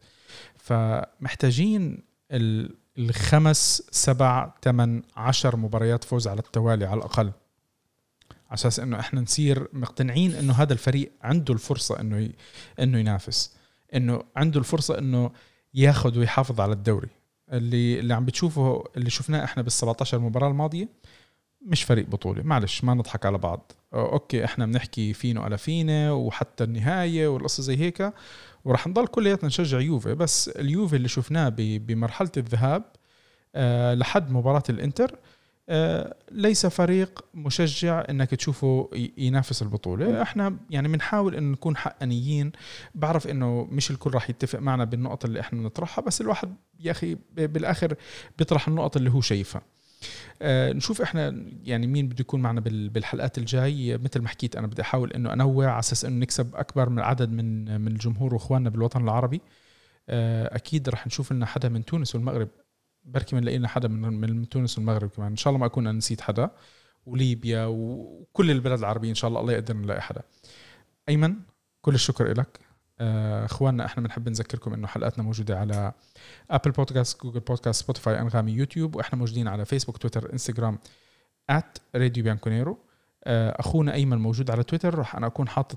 فمحتاجين 5 7 8 10 مباريات فوز على التوالي على الأقل، على أساس إنه إحنا نصير مقتنعين إنه هذا الفريق عنده الفرصة إنه ينافس، إنه عنده الفرصة إنه ياخد ويحافظ على الدوري. اللي عم بتشوفه اللي شفناه إحنا بال17 مباراة الماضية مش فريق بطولة، معلش ما نضحك على بعض. أوكي إحنا بنحكي فينو على فينا وحتى النهاية والقصة زي هيك، ورح نضل كلياتنا نشجع يوفي، بس اليوفي اللي شفناه بمرحلة الذهاب لحد مباراة الانتر ليس فريق مشجع انك تشوفه ينافس البطولة. احنا يعني بنحاول ان نكون حقانيين، بعرف انه مش الكل راح يتفق معنا بالنقط اللي احنا نطرحها، بس الواحد يا اخي بالاخر بيطرح النقط اللي هو شايفها. نشوف احنا يعني مين بده يكون معنا بالحلقات الجاي. مثل ما حكيت انا بدي احاول انه انوع على اساس انه نكسب اكبر من عدد من الجمهور واخواننا بالوطن العربي. اكيد رح نشوف لنا حدا من تونس والمغرب، بركي من لقينا حدا من تونس والمغرب كمان ان شاء الله، ما اكون انا نسيت حدا، وليبيا وكل البلاد العربية ان شاء الله يقدر نلاقي حدا. ايمن كل الشكر لك. اخواننا احنا بنحب نذكركم انه حلقاتنا موجوده على ابل بودكاست، جوجل بودكاست، سبوتيفاي، انغامي، يوتيوب، واحنا موجودين على فيسبوك، تويتر، انستغرام @راديو بيانكونيرو. اخونا ايمن موجود على تويتر، راح انا اكون حاطط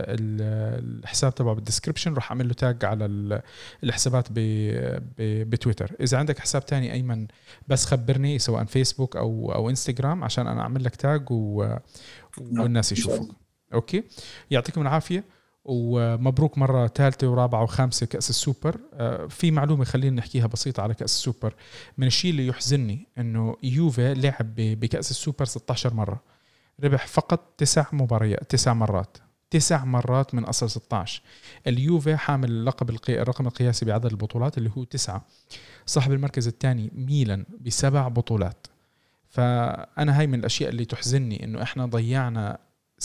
الحساب تبعه بالديسكريبشن، راح اعمل له تاج على الحسابات بتويتر. اذا عندك حساب تاني ايمن بس خبرني، سواء فيسبوك او انستغرام، عشان انا اعمل لك تاج والناس يشوفوك. اوكي، يعطيكم العافيه ومبروك مرة 3 و4 و5 كأس السوبر. في معلومة خلينا نحكيها بسيطة على كأس السوبر. من الشيء اللي يحزنني أنه يوفي لعب بكأس السوبر 16 مرة، ربح فقط 9 مباريات، 9 مرات، 9 مرات من أصل 16. اليوفي حامل الرقم القياسي بعدد البطولات اللي هو 9. صاحب المركز الثاني ميلان ب7 بطولات. فأنا هاي من الأشياء اللي تحزنني، أنه إحنا ضيعنا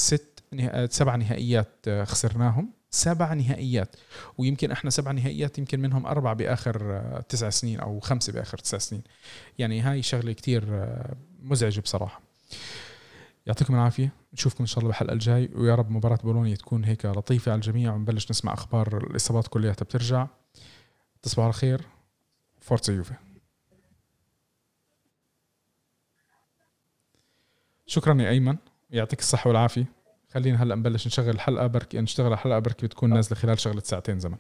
7 نهائيات خسرناهم، 7 نهائيات، ويمكن احنا 7 نهائيات يمكن منهم 4 بآخر 9 سنين أو 5 بآخر 9 سنين. يعني هاي شغلة كتير مزعجة بصراحة. يعطيكم العافية، نشوفكم إن شاء الله بالحلقة الجاي، ويا رب مباراة بولونيا تكون هيك لطيفة على الجميع، ونبلش نسمع أخبار الإصابات كلها بترجع. تصبحوا على خير. فورتزا يوفي. شكرا يا أيمن، يعطيك الصحة والعافية. خلينا هلأ نبلش نشغل الحلقة، بركي نشتغل الحلقة بركي بتكون نازلة خلال شغلة 2 ساعة زمن.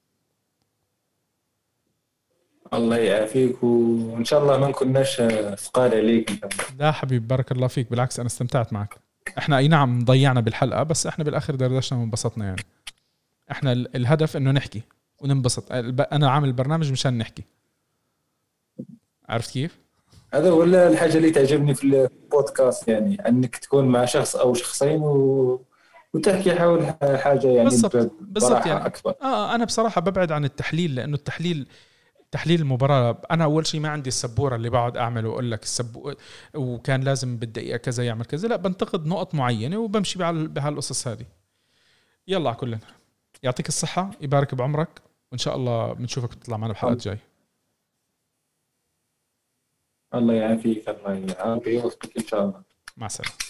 الله يعافيك، وإن شاء الله ما نكوناش ثقال عليك. لا حبيب، بارك الله فيك، بالعكس أنا استمتعت معك. احنا أي نعم ضيعنا بالحلقة، بس احنا بالآخر دردشنا وانبسطنا. يعني احنا الهدف إنه نحكي وننبسط. أنا عامل البرنامج مشان نحكي، عرفت كيف؟ هذا ولا الحاجة اللي تعجبني في البودكاست، يعني أنك تكون مع شخص أو شخصين وتحكي حول حاجة يعني بالضبط يعني. أكبر. أنا بصراحة ببعد عن التحليل، لأنه تحليل المباراة أنا أول شيء ما عندي السبورة اللي بقعد أعمل وأقول لك وكان لازم بالدقيقة كذا يعمل كذا. لا، بنتقد نقط معينة وبمشي بهالقصص هذه. يلا كلنا، يعطيك الصحة، يبارك بعمرك، وإن شاء الله بنشوفك تطلع معنا بحلقات جاي. الله يعافيك، الله يعافيك، ويوفقك إن شاء الله. مع السلامة.